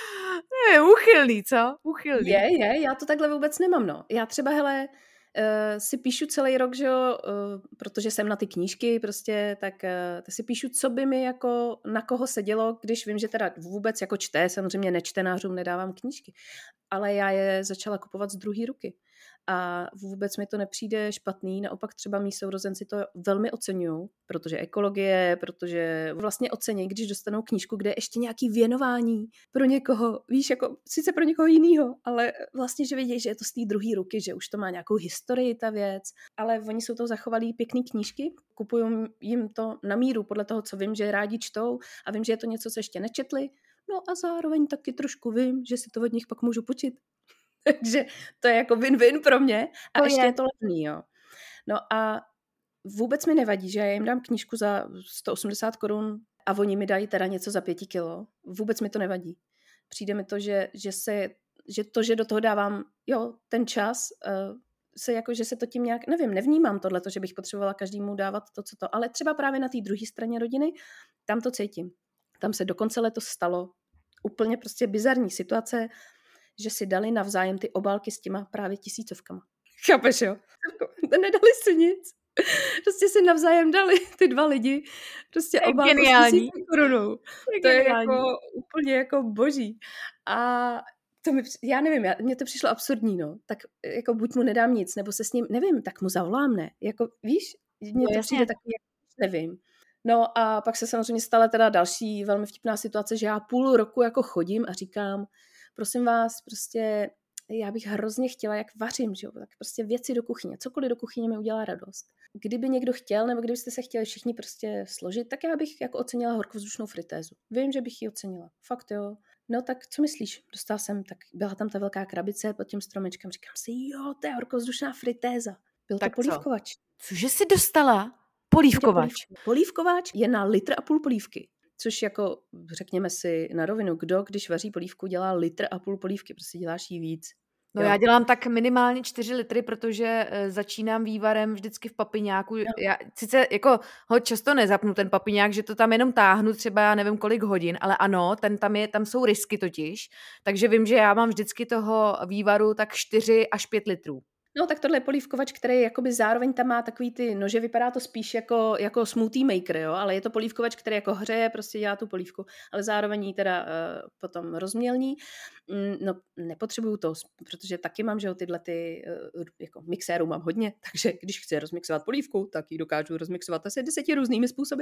Je úchylný, co? Úchylný. Je, je, já to takhle vůbec nemám, no. Já třeba, hele, uh, si píšu celý rok, že jo, uh, protože jsem na ty knížky prostě, tak uh, si píšu, co by mi jako na koho sedělo, když vím, že teda vůbec jako čte, samozřejmě nečtenářům nedávám knížky, ale já je začala kupovat z druhé ruky. A vůbec mi to nepřijde špatný, naopak třeba mý sourozenci to velmi oceňují, protože ekologie, protože vlastně ocení, když dostanou knížku, kde je ještě nějaký věnování pro někoho, víš, jako sice pro někoho jinýho, ale vlastně, že vidí, že je to z té druhé ruky, že už to má nějakou historii ta věc, ale oni jsou to zachovalý pěkný knížky, kupuju jim to na míru podle toho, co vím, že rádi čtou a vím, že je to něco, co ještě nečetli, no a zároveň taky trošku vím, že si to od nich pak můžu počít. Takže to je jako win-win pro mě a to ještě je. je to levný, jo. No a vůbec mi nevadí, že já jim dám knížku za sto osmdesát korun a oni mi dají teda něco za pěti kilo. Vůbec mi to nevadí. Přijde mi to, že, že, se, že to, že do toho dávám, jo, ten čas, uh, se jako, že se to tím nějak, nevím, nevnímám tohleto, že bych potřebovala každému dávat to, co to, ale třeba právě na té druhé straně rodiny, tam to cítím. Tam se dokonce letos stalo úplně prostě bizarní situace, že si dali navzájem ty obálky s těma právě tisícovkama. Chápeš, jo? Nedali si nic. Prostě si navzájem dali ty dva lidi. Prostě je obálku geniální. s tisíci korunou. Je To je geniální. jako úplně jako boží. A to mi, já nevím, já, mně to přišlo absurdní, no. Tak jako buď mu nedám nic, nebo se s ním, nevím, tak mu zavolám, ne? Jako, víš, mně No, to jasně. přijde takový, nevím. No a pak se samozřejmě stala teda další velmi vtipná situace, že já půl roku jako chodím a říkám, prosím vás, prostě já bych hrozně chtěla, jak vařím, že jo, tak prostě věci do kuchyně, cokoliv do kuchyně mi udělá radost. Kdyby někdo chtěl, nebo kdybyste se chtěli všichni prostě složit, tak já bych jako ocenila horkovzdušnou fritézu. Vím, že bych ji ocenila. Fakt jo. No tak co myslíš? Dostala jsem, tak byla tam ta velká krabice pod tím stromečkem, říkám si, jo, to je horkovzdušná fritéza. Byl Tak to co? polívkovač. Cože jsi dostala? Polívkovač. Polívkovač je na litr a půl polívky. Což jako, řekněme si na rovinu, kdo, když vaří polívku, dělá litr a půl polívky, prostě děláš jí víc. No Jo. já dělám tak minimálně čtyři litry, protože e, začínám vývarem vždycky v papiňáku. Já sice jako ho často nezapnu ten papiňák, že to tam jenom táhnu třeba já nevím kolik hodin, ale ano, ten tam je, tam jsou risky totiž, takže vím, že já mám vždycky toho vývaru tak čtyři až pět litrů. No tak tohle je polívkovač, který jakoby zároveň tam má takový ty nože, vypadá to spíš jako, jako smoothie maker, jo, ale je to polívkovač, který jako hřeje, prostě dělá tu polívku, ale zároveň ji teda uh, potom rozmělní. Mm, no nepotřebuju to, protože taky mám, že jo, tyhle ty, uh, jako mixéru mám hodně, takže když chci rozmixovat polívku, tak ji dokážu rozmixovat asi deseti různými způsoby.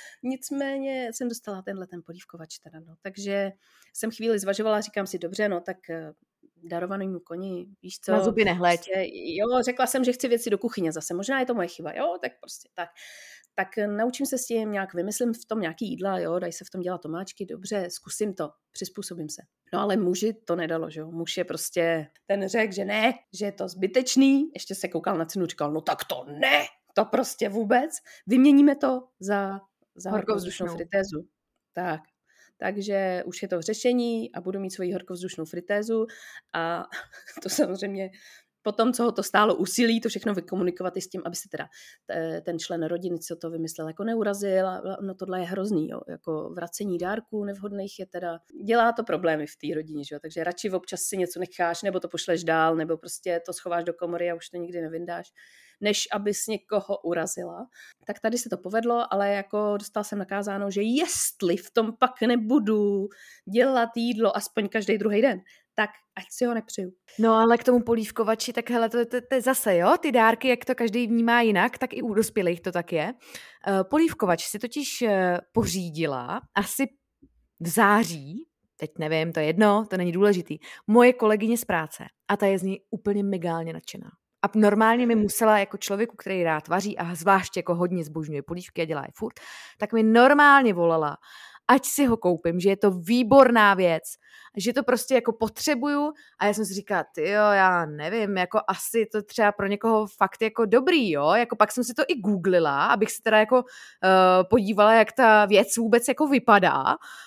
Nicméně jsem dostala tenhle ten polívkovač teda, no, takže jsem chvíli zvažovala, říkám si, dobře, no tak uh, darovanému koni, víš co? Na zuby nehleď. Prostě, jo, řekla jsem, že chci věci do kuchyně zase, možná je to moje chyba, jo, tak prostě tak. Tak naučím se s tím nějak, vymyslím v tom nějaký jídla, jo, dají se v tom dělat tomáčky, dobře, zkusím to, přizpůsobím se. No ale muži to nedalo, že jo, muž je prostě, ten řekl, že ne, že je to zbytečný, ještě se koukal na cenu, říkal, no tak to ne, to prostě vůbec, vyměníme to za, za horkovzdušnou fritézu. Tak. Takže už je to v řešení a budu mít svoji horkovzdušnou fritézu a to samozřejmě potom, co ho to stálo úsilí, to všechno vykomunikovat i s tím, aby se teda ten člen rodiny, co to vymyslel, jako neurazil. No tohle je hrozný, jo. Jako vracení dárků nevhodných je teda, dělá to problémy v té rodině, že jo. Takže radši občas si něco necháš, nebo to pošleš dál, nebo prostě to schováš do komory a už to nikdy nevyndáš, než abys někoho urazila. Tak tady se to povedlo, ale jako dostala jsem nakázáno, že jestli v tom pak nebudu dělat jídlo aspoň každý druhý den, tak ať si ho nepřeju. No ale k tomu polívkovači, tak hele, to, to, to je zase, jo, ty dárky, jak to každý vnímá jinak, tak i u dospělých to tak je. Uh, polívkovač si totiž uh, pořídila asi v září, teď nevím, to je jedno, to není důležitý, moje kolegyně z práce a ta je z ní úplně megálně nadšená. A normálně mi musela jako člověku, který rád vaří a zvláště jako hodně zbožňuje polívky a dělá je furt, tak mi normálně volala, ať si ho koupím, že je to výborná věc, že to prostě jako potřebuju a já jsem si říkala, tyjo, já nevím, jako asi to třeba pro někoho fakt jako dobrý, jo, jako pak jsem si to i googlila, abych se teda jako uh, podívala, jak ta věc vůbec jako vypadá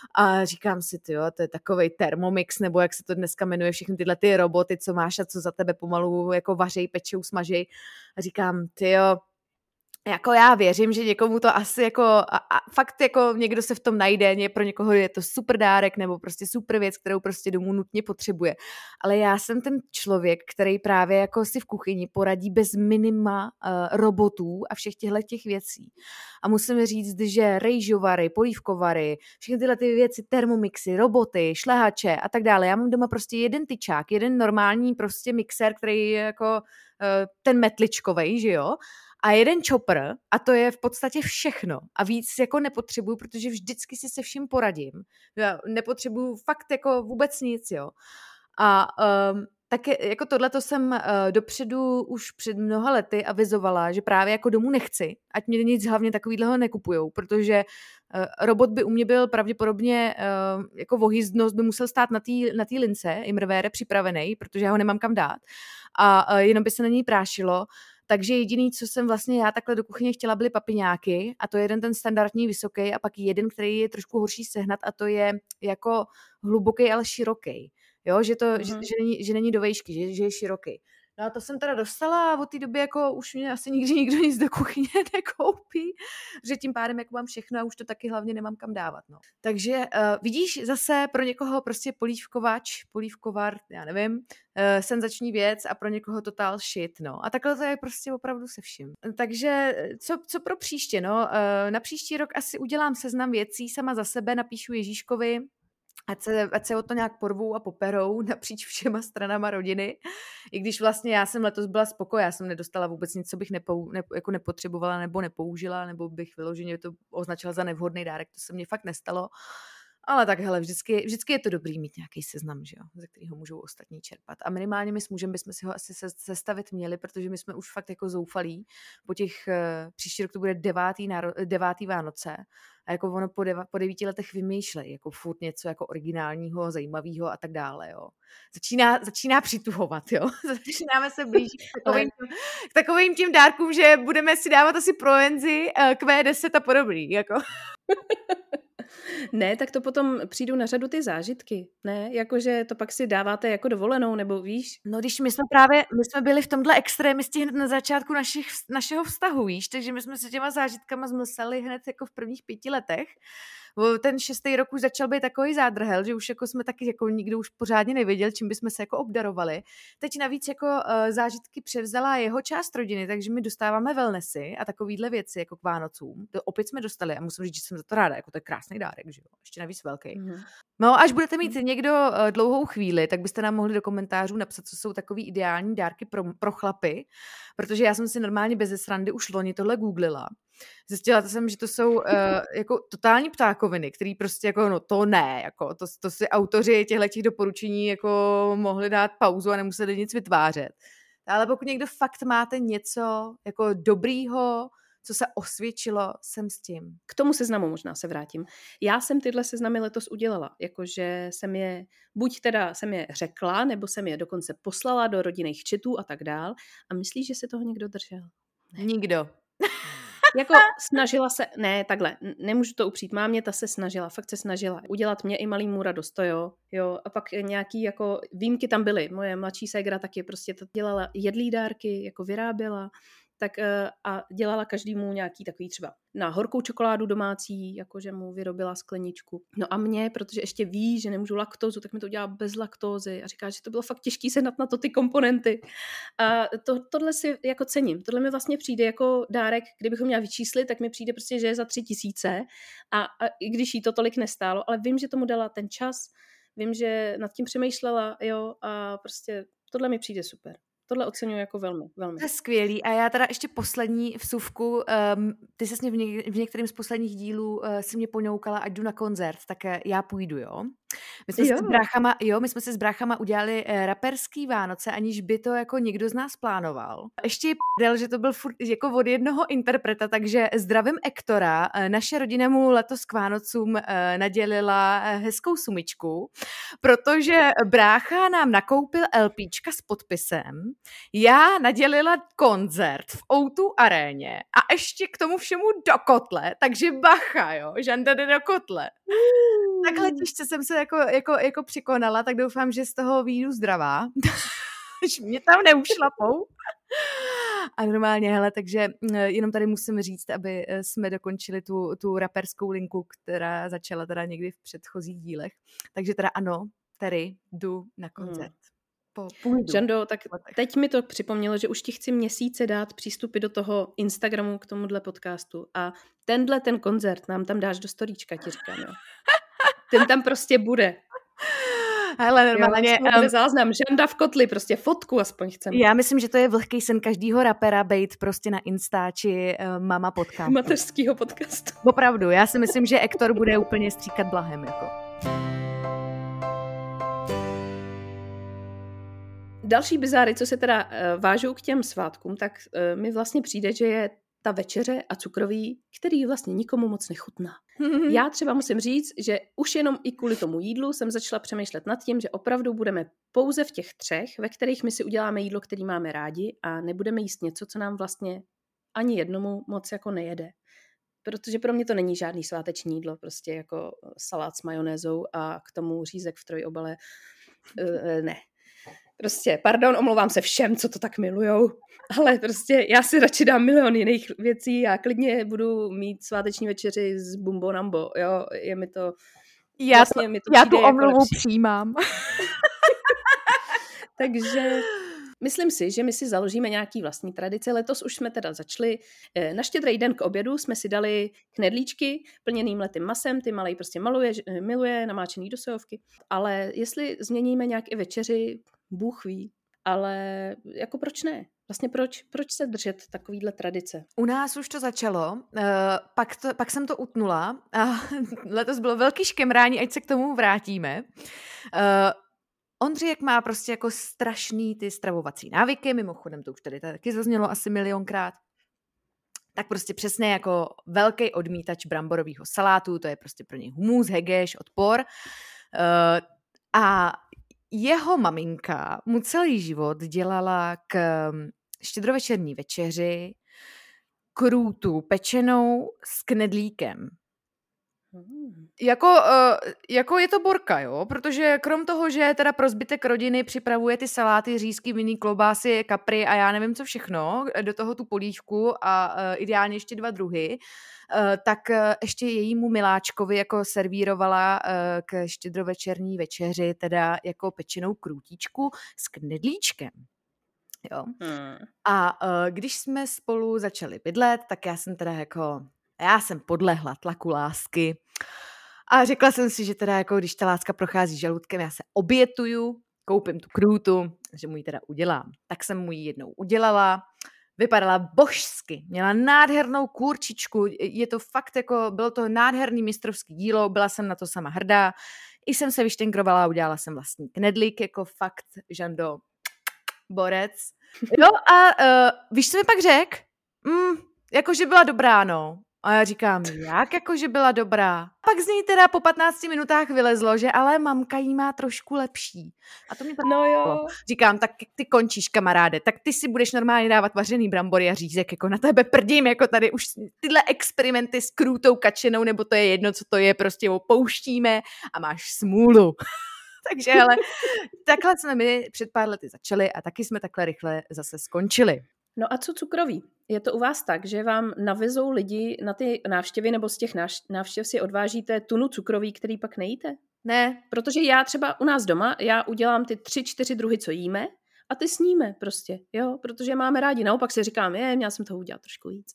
a říkám si, tyjo, to je takovej Thermomix, nebo jak se to dneska jmenuje, všechny tyhle ty roboty, co máš a co za tebe pomalu jako vařej, pečou, smažej a říkám, tyjo, jako já věřím, že někomu to asi jako, a, a fakt jako někdo se v tom najde, ně, pro někoho je to super dárek nebo prostě super věc, kterou prostě domů nutně potřebuje. Ale já jsem ten člověk, který právě jako si v kuchyni poradí bez minima uh, robotů a všech těchto těch věcí. A musím říct, že rejžovary, polívkovary, všechny tyhle ty věci, termomixy, roboty, šlehače a tak dále. Já mám doma prostě jeden tyčák, jeden normální prostě mixér, který je jako uh, ten metličkovej, že jo? A jeden chopper a to je v podstatě všechno. A víc jako nepotřebuju, protože vždycky si se vším poradím. Já nepotřebuju fakt jako vůbec nic, jo. A um, tak je, jako tohleto jsem uh, dopředu už před mnoha lety avizovala, že právě jako domů nechci, ať mě nic hlavně takovýhleho nekupujou, protože uh, robot by u mě byl pravděpodobně uh, jako vohyzdnost, by musel stát na té na té lince, imrvére připravený, protože já ho nemám kam dát. A uh, jenom by se na něj prášilo. Takže jediný, co jsem vlastně já takhle do kuchyně chtěla, byly papiňáky a to je jeden ten standardní vysoký a pak jeden, který je trošku horší sehnat a to je jako hluboký, ale široký. Jo, že, to, mm-hmm. že, že, není, že není do vejšky, že, že je široký. No a to jsem teda dostala a od té doby jako už mě asi nikdy nikdo nic do kuchyně nekoupí, že tím pádem jako mám všechno a už to taky hlavně nemám kam dávat. No. Takže uh, vidíš zase pro někoho prostě polívkovač, polívkovar, já nevím, uh, senzační věc a pro někoho total shit, no. A takhle to je prostě opravdu se vším. Takže co, co pro příště, no? Uh, na příští rok asi udělám seznam věcí sama za sebe, napíšu Ježíškovi, Ať se, ať se o to nějak porvou a poperou napříč všema stranama rodiny. I když vlastně já jsem letos byla spokojená, já jsem nedostala vůbec nic, co bych nepou, ne, jako nepotřebovala nebo nepoužila, nebo bych vyloženě to označila za nevhodný dárek, to se mně fakt nestalo. Ale tak hele, vždycky, vždycky je to dobrý mít nějaký seznam, že jo, ze kterého můžou ostatní čerpat. A minimálně my s mužem bychom si ho asi sestavit měli, protože my jsme už fakt jako zoufalí. Po těch, uh, příští rok to bude devátý, náro, devátý Vánoce. A jako ono po, deva, po devíti letech vymýšlej, jako furt něco jako originálního, zajímavého a tak dále, jo. Začíná, začíná přituhovat, jo. Začínáme se blížit k takovým, k takovým tím dárkům, že budeme si dávat asi Proenzy, Q deset a podobný, jako. Ne, tak to potom přijdou na řadu ty zážitky, ne? Jakože to pak si dáváte jako dovolenou, nebo víš? No když my jsme právě, my jsme byli v tomhle extrémisti hned na začátku našich, našeho vztahu, víš? Takže my jsme se těma zážitkama zmlsali hned jako v prvních pěti letech, ten šestý rok už začal být takový zádrhel, že už jako jsme taky jako nikdo už pořádně nevěděl, čím bychom se jako obdarovali. Teď navíc jako uh, zážitky převzala jeho část rodiny, takže my dostáváme wellnessy a takovýhle věci jako k Vánocům. To opět jsme dostali a musím říct, že jsem za to ráda, jako to je krásný dárek, že jo, ještě navíc velký. Mm-hmm. No, až budete mít někdo uh, dlouhou chvíli, tak byste nám mohli do komentářů napsat, co jsou takový ideální dárky pro, pro chlapy, protože já jsem si normálně bez srandy už loni tohle googlila. Zjistila jsem, že to jsou uh, jako totální ptákoviny, který prostě jako, no to ne, jako to, to si autoři těchto doporučení jako mohli dát pauzu a nemuseli nic vytvářet. Ale pokud někdo fakt máte něco jako dobrýho, co se osvědčilo, jsem s tím. K tomu seznamu možná se vrátím. Já jsem tyhle seznamy letos udělala, jakože jsem je, buď teda jsem je řekla, nebo jsem je dokonce poslala do rodinných četů a tak dál. A myslíš, že se toho někdo držel? Ne. Nikdo. Jako snažila se, ne, takhle, nemůžu to upřít, mámě ta se snažila, fakt se snažila udělat mě i malýmu radost, to jo, jo, a pak nějaký jako výjimky tam byly, moje mladší ségra taky prostě to dělala jedlý dárky, jako vyráběla, tak a dělala každému nějaký takový třeba na horkou čokoládu domácí, jakože mu vyrobila skleničku. No a mě, protože ještě ví, že nemůžu laktózu, tak mi to udělala bez laktózy a říká, že to bylo fakt těžký sehnat na to ty komponenty. A to, tohle si jako cením. Tohle mi vlastně přijde jako dárek, kdybychom měla vyčíslit, tak mi přijde prostě, že je za tři tisíce a, a i když jí to tolik nestálo, ale vím, že tomu dala ten čas, vím, že nad tím přemýšlela, jo, a prostě tohle mi přijde super. Tohle oceňuji jako velmi, velmi. To je skvělý. A já teda ještě poslední vsuvku. Um, ty ses mě v, něk- v některém z posledních dílů uh, si mě poňoukala, ať jdu na koncert, tak uh, já půjdu, jo? My jsme, jo. Si s bráchama, jo, my jsme si s bráchama udělali uh, raperský Vánoce, aniž by to jako někdo z nás plánoval. Ještě je p***del, že to byl furt jako od jednoho interpreta, takže zdravím Ektora. Uh, naše rodina mu letos k Vánocům uh, nadělila uh, hezkou sumičku, protože brácha nám nakoupil LPčka s podpisem. Já nadělila koncert v ó dva aréně a ještě k tomu všemu do kotle, takže bacha, jo, Žanda jde do kotle. Mm. Takhle těžce jsem se jako, jako, jako přikonala, tak doufám, že z toho výjdu zdravá, že mě tam neušlapou. A normálně, hele, takže jenom tady musím říct, aby jsme dokončili tu, tu raperskou linku, která začala teda někdy v předchozích dílech. Takže teda ano, tady jdu na koncert. Mm. Po, Žando, tak teď mi to připomnělo, že už ti chci měsíce dát přístupy do toho Instagramu k tomuhle podcastu a tenhle ten koncert nám tam dáš do storíčka, ti říkám, jo. Ten tam prostě bude. Hele, normálně... Jo, bude záznam, Žanda v kotli, prostě fotku aspoň chceme. Já myslím, že to je vlhký sen každýho rapera bejt prostě na Instači uh, mama podcast. Mateřskýho podcastu. Opravdu, já si myslím, že Ektor bude úplně stříkat blahem, jako. Další bizáry, co se teda uh, vážou k těm svátkům, tak uh, mi vlastně přijde, že je ta večeře a cukroví, který vlastně nikomu moc nechutná. Mm-hmm. Já třeba musím říct, že už jenom i kvůli tomu jídlu jsem začala přemýšlet nad tím, že opravdu budeme pouze v těch třech, ve kterých my si uděláme jídlo, který máme rádi a nebudeme jíst něco, co nám vlastně ani jednomu moc jako nejede. Protože pro mě to není žádný sváteční jídlo, prostě jako salát s majonézou a k tomu řízek v trojobale. Uh, ne. Prostě, pardon, omlouvám se všem, co to tak milujou, ale prostě já si radši dám milion jiných věcí, já klidně budu mít sváteční večeři s Bumbo Nambo, jo, je mi to... Já, vlastně, to, mi to já tu omluvu jako přijímám. Takže myslím si, že my si založíme nějaký vlastní tradice. Letos už jsme teda začali. Na Štědrý den k obědu jsme si dali knedlíčky plněným letým masem, ty malej prostě maluje, miluje, namáčený do sojovky. Ale jestli změníme nějak i večeři, Bůh ví, ale jako proč ne? Vlastně proč, proč se držet takovýhle tradice? U nás už to začalo, uh, pak, to, pak jsem to utnula a letos bylo velký škemrání, ať se k tomu vrátíme. Uh, Ondřejek má prostě jako strašný ty stravovací návyky, mimochodem to už tady taky zaznělo asi milionkrát. Tak prostě přesně jako velký odmítač bramborového salátu, to je prostě pro něj humus, hegeš, odpor. Uh, a jeho maminka mu celý život dělala k štědrovečerní večeři krůtu pečenou s knedlíkem. Hmm. Jako, uh, jako je to borka, jo, protože krom toho, že teda pro zbytek rodiny připravuje ty saláty, řízky, vinný klobásy, kapry a já nevím co všechno, do toho tu polívku a uh, ideálně ještě dva druhy, uh, tak uh, ještě jejímu miláčkovi jako servírovala uh, k štědrovečerní večeři teda jako pečenou krůtíčku s knedlíčkem. Jo. Hmm. A uh, když jsme spolu začali bydlet, tak já jsem teda jako, já jsem podlehla tlaku lásky a řekla jsem si, že teda jako když ta láska prochází žaludkem, já se obětuju, koupím tu krůtu, že mu ji teda udělám. Tak jsem mu ji jednou udělala, vypadala božsky, měla nádhernou kurčičku, je to fakt jako, bylo to nádherný mistrovský dílo, byla jsem na to sama hrdá, i jsem se vyštengrovala a udělala jsem vlastní knedlík, jako fakt, Žando, borec. Jo a uh, víš, co mi pak řek? Mm, jakože byla dobrá, no. A já říkám, jak jakože byla dobrá? Pak z ní teda po patnácti minutách vylezlo, že ale mamka jí má trošku lepší. A to mi tak No jo. říkám, tak ty končíš, kamaráde, tak ty si budeš normálně dávat vařený brambory a řízek, jako na tebe prdím, jako tady už tyhle experimenty s krůtou kačenou, nebo to je jedno, co to je, prostě opouštíme a máš smůlu. Takže ale takhle jsme my před pár lety začali a taky jsme takhle rychle zase skončili. No a co cukroví? Je to u vás tak, že vám navezou lidi na ty návštěvy nebo z těch návštěv si odvážíte tunu cukroví, který pak nejíte? Ne. Protože já třeba u nás doma, já udělám ty tři, čtyři druhy, co jíme a ty sníme prostě, jo, protože máme rádi. Naopak si říkám, je, měla jsem toho udělat trošku víc.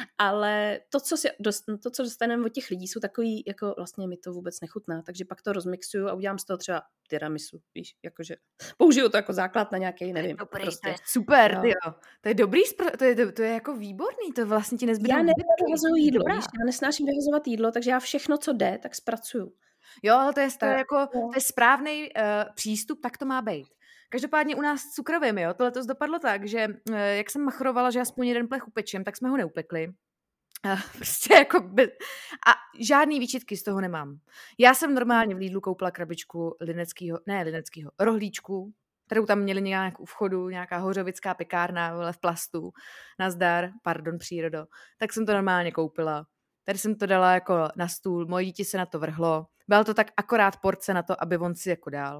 Ale to, co, si dost, to, co dostaneme od těch lidí, jsou takový, jako vlastně mi to vůbec nechutná, takže pak to rozmixuju a udělám z toho třeba tiramisu, víš, jakože použiju to jako základ na nějaký, nevím. Dobrý, prostě. to je super, no. tyjo. To je dobrý, spr- to je, to, to je jako výborný, to vlastně ti nezbyde. Já nevyhazuju jídlo, víš, já nesnáším vyhazovat jídlo, takže já všechno, co jde, tak zpracuju. Jo, ale to je, to je, Tak, jako, jo. to je správný uh, přístup, tak to má být. Každopádně u nás s cukrovým, jo, to letos dopadlo tak, že uh, jak jsem machrovala, že aspoň jeden plech upečem, tak jsme ho neupekli. Uh, prostě jako bez... A žádný výčitky z toho nemám. Já jsem normálně v Lidlu koupila krabičku lineckýho, ne lineckýho, rohlíčku, kterou tam měli nějak u vchodu, nějaká hořovická pekárna, vole, v plastu. Nazdar, pardon, přírodo. Tak jsem to normálně koupila. Tady jsem to dala jako na stůl, moje dítě se na to vrhlo. Byla to tak akorát porce na to, aby on si jako dál.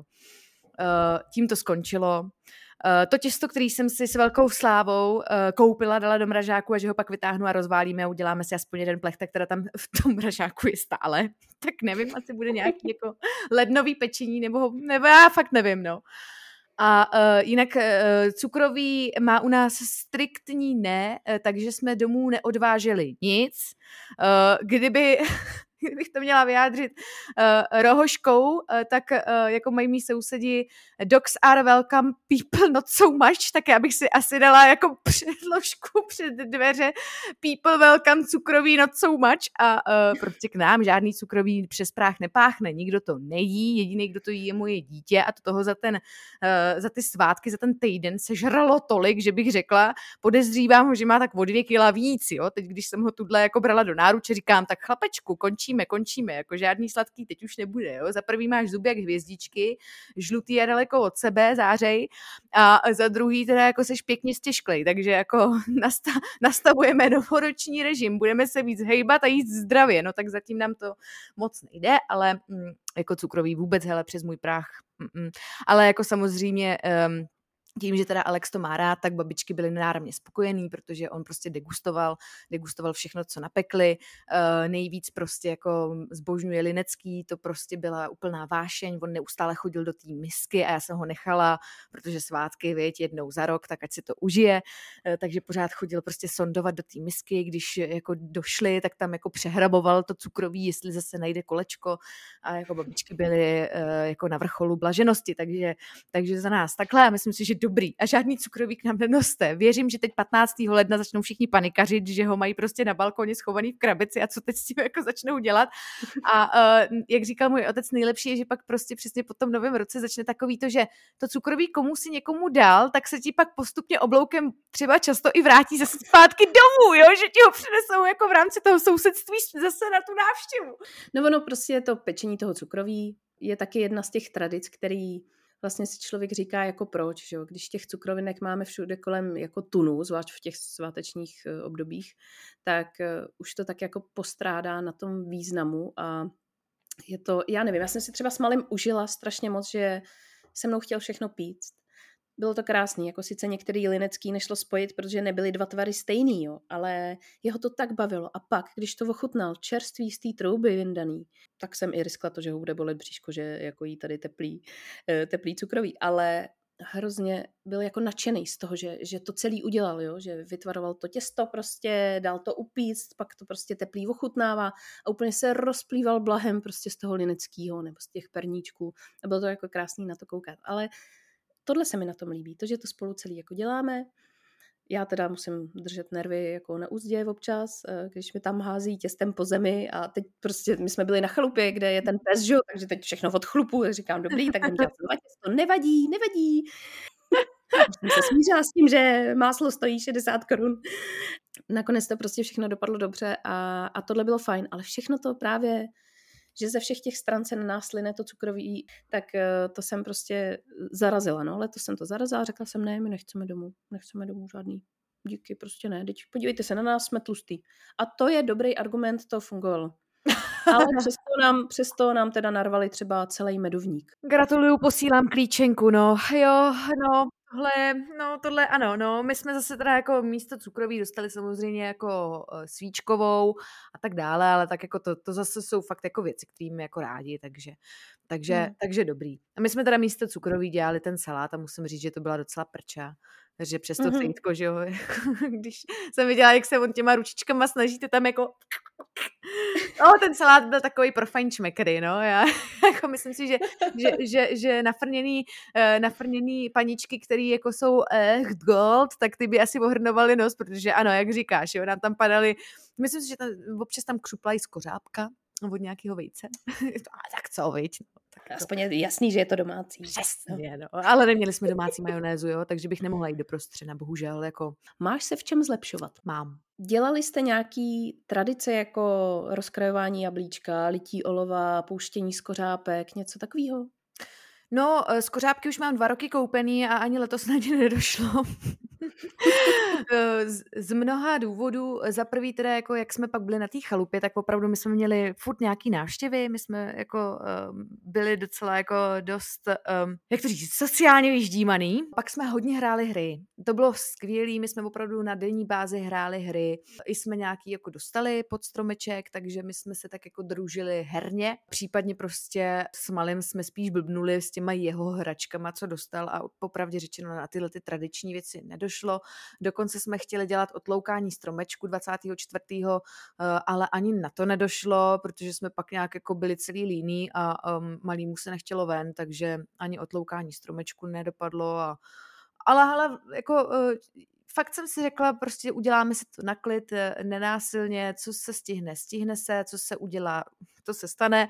Uh, tím to skončilo. Uh, to těsto, který jsem si s velkou slávou uh, koupila, dala do mražáku a že ho pak vytáhnu a rozválíme a uděláme si aspoň jeden plech, tak teda tam v tom mražáku je stále. Tak nevím, asi bude nějaký jako lednový pečení, nebo, ho, nebo já fakt nevím, no. A uh, jinak uh, cukroví má u nás striktní ne, uh, takže jsme domů neodváželi nic. Uh, kdyby... Kdybych to měla vyjádřit uh, rohoškou, uh, tak uh, jako mají mý sousedi dogs are welcome, people not so much, tak já bych si asi dala jako předložku před dveře people welcome, cukroví not so much a uh, prostě k nám žádný cukroví přes práh nepáchne, nikdo to nejí, jediný, kdo to jí, je moje dítě a to toho za, ten, uh, za ty svátky, za ten týden se žralo tolik, že bych řekla, podezřívám ho, že má tak o dvě kila víc, jo, teď když jsem ho tudle jako brala do náruče, říkám, tak chlapečku, končí Končíme, končíme, jako žádný sladký teď už nebude, jo. Za prvý máš zuby jak hvězdičky, žlutý a daleko od sebe, zářej, a za druhý teda jako seš pěkně stěžklej, takže jako nasta- nastavujeme novoroční režim, budeme se víc hejbat a jíst zdravě, no tak zatím nám to moc nejde, ale mm, jako cukroví vůbec, hele, přes můj práh, mm, mm. ale jako samozřejmě... Um, Tím, že teda Alex to má rád, tak babičky byly náramně spokojený, protože on prostě degustoval, degustoval všechno, co napekli. Uh, nejvíc prostě jako zbožňuje Linecký, to prostě byla úplná vášeň, on neustále chodil do té misky a já jsem ho nechala, protože svátky, věď, jednou za rok, tak ať si to užije. Uh, takže pořád chodil prostě sondovat do té misky, když jako došli, tak tam jako přehraboval to cukroví, jestli zase najde kolečko a jako babičky byly uh, jako na vrcholu blaženosti, takže, takže za nás takhle a myslím si, že dobrý a žádný cukroví k nám nenoste. Věřím, že teď patnáctého ledna začnou všichni panikařit, že ho mají prostě na balkoně schovaný v krabici a co teď s tím jako začnou dělat. A uh, jak říkal můj otec, nejlepší je, že pak prostě přesně po tom novém roce začne takový to, že to cukroví komu si někomu dal, tak se ti pak postupně obloukem třeba často i vrátí zase zpátky domů, jo? Že ti ho přinesou jako v rámci toho sousedství zase na tu návštěvu. No ono prostě je to pečení toho cukroví, je taky jedna z těch tradic, který vlastně si člověk říká jako proč, že jo? Když těch cukrovinek máme všude kolem jako tunu, zvlášť v těch svátečních uh, obdobích, tak uh, už to tak jako postrádá na tom významu a je to, já nevím, já jsem si třeba s malým užila strašně moc, že se mnou chtěl všechno pít. Bylo to krásný, jako sice některý linecký nešlo spojit, protože nebyly dva tvary stejný, jo, ale jeho to tak bavilo. A pak, když to ochutnal čerstvý z té trouby vyndaný, tak jsem i riskla to, že ho bude bolet bříško, že jako jí tady teplý, teplý cukrový, ale hrozně byl jako nadšený z toho, že, že to celý udělal, jo? Že vytvaroval to těsto prostě, dal to upíct, pak to prostě teplý ochutnává a úplně se rozplýval blahem prostě z toho lineckýho nebo z těch perníčků a bylo to jako krásný na to koukat, ale tohle se mi na tom líbí, to, že to spolu celý jako děláme. Já teda musím držet nervy jako na úzdě občas, když mi tam hází těstem po zemi a teď prostě my jsme byli na chalupě, kde je ten pes, že? Takže teď všechno od chlupu, tak říkám, dobrý, tak jdem dělat těsto, nevadí, nevadí. Jsem se smířila s tím, že máslo stojí šedesát korun. Nakonec to prostě všechno dopadlo dobře a, a tohle bylo fajn, ale všechno to právě, že ze všech těch stran se na nás line to cukroví, tak to jsem prostě zarazila, no, letos jsem to zarazila a řekla jsem, ne, my nechceme domů, nechceme domů žádný, díky, prostě ne, teď podívejte se na nás, jsme tlustý. A to je dobrý argument, to fungovalo. Ale přesto nám, přesto nám teda narvali třeba celý medovník. Gratuluju, posílám klíčenku, no, jo, no, tohle, no, tohle, ano, no, my jsme zase teda jako místo cukroví dostali samozřejmě jako uh, svíčkovou a tak dále, ale tak jako to, to zase jsou fakt jako věci, kterými jako rádi, takže, takže, hmm. takže dobrý. A my jsme teda místo cukroví dělali ten salát a musím říct, že to byla docela prča. Takže přes to mm-hmm. Frýdko, že jo, když jsem viděla, jak se on těma ručičkama snažíte tam jako... No, ten salát byl takový pro fajnšmekry, no, já jako myslím si, že, že, že, že nafrněný, nafrněný paničky, které jako jsou echt gold, tak ty by asi ohrnovaly nos, protože ano, jak říkáš, jo, nám tam padaly, myslím si, že tam, občas tam křuplají z kořápka od nějakého vejce. Tak co, viď? No, tak aspoň je jasný, že je to domácí. Přesně, no. Ale neměli jsme domácí majonézu, jo, takže bych nemohla jít do prostřena, bohužel. Jako... Máš se v čem zlepšovat? Mám. Dělali jste nějaký tradice jako rozkrajování jablíčka, lití olova, pouštění z kořápek, něco takového? No, z kořápky už mám dva roky koupený a ani letos na ně nedošlo. z, z mnoha důvodů. Za prvý teda, jako jak jsme pak byli na té chalupě, tak opravdu my jsme měli furt nějaký návštěvy, my jsme jako um, byli docela jako dost, um, jak to říct, sociálně vyždímaný. Pak jsme hodně hráli hry. To bylo skvělý, my jsme opravdu na denní bázi hráli hry. I jsme nějaký jako dostali pod stromeček, takže my jsme se tak jako družili herně. Případně prostě s malým jsme spíš blbnuli s těma jeho hračkama, co dostal a popravdě řečeno na tyhle ty tradiční věci nedošlo. Dokonce jsme chtěli dělat otloukání stromečku dvacátého čtvrtého ale ani na to nedošlo, protože jsme pak nějak jako byli celý líní a um, malýmu se nechtělo ven, takže ani otloukání stromečku nedopadlo. A, ale hele, jako uh, fakt jsem si řekla, prostě uděláme si to na klid, nenásilně, co se stihne, stihne se, co se udělá, to se stane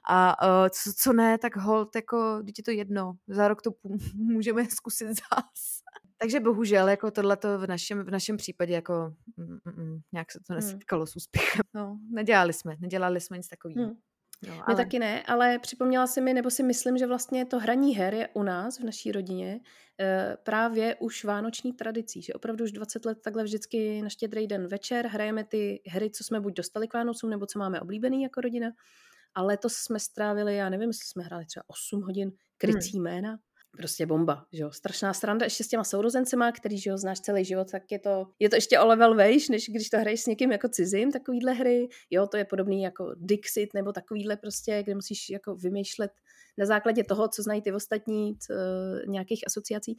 a uh, co, co ne, tak hold, jako, teď je to jedno, za rok to můžeme zkusit zás. Takže bohužel, jako tohleto v našem, v našem případě, jako mm, mm, nějak se to nesetkalo hmm. s úspěchem. No, nedělali jsme, nedělali jsme nic takového. Hmm. No, ale... My taky ne, ale připomněla si mi, nebo si myslím, že vlastně to hraní her je u nás v naší rodině e, právě už vánoční tradicí, že opravdu už dvacet let takhle vždycky na Štědrý den večer hrajeme ty hry, co jsme buď dostali k Vánocům, nebo co máme oblíbený jako rodina. A letos jsme strávili, já nevím, jestli jsme hráli třeba osm hodin krycí hmm. jména. Prostě bomba, že jo, strašná sranda, ještě s těma sourozencema, který, že jo, znáš celý život, tak je to, je to ještě o level vejš, než když to hraješ s někým jako cizím, takovýhle hry, jo, to je podobný jako Dixit, nebo takovýhle prostě, kde musíš jako vymýšlet na základě toho, co znají ty ostatní, co, nějakých asociací.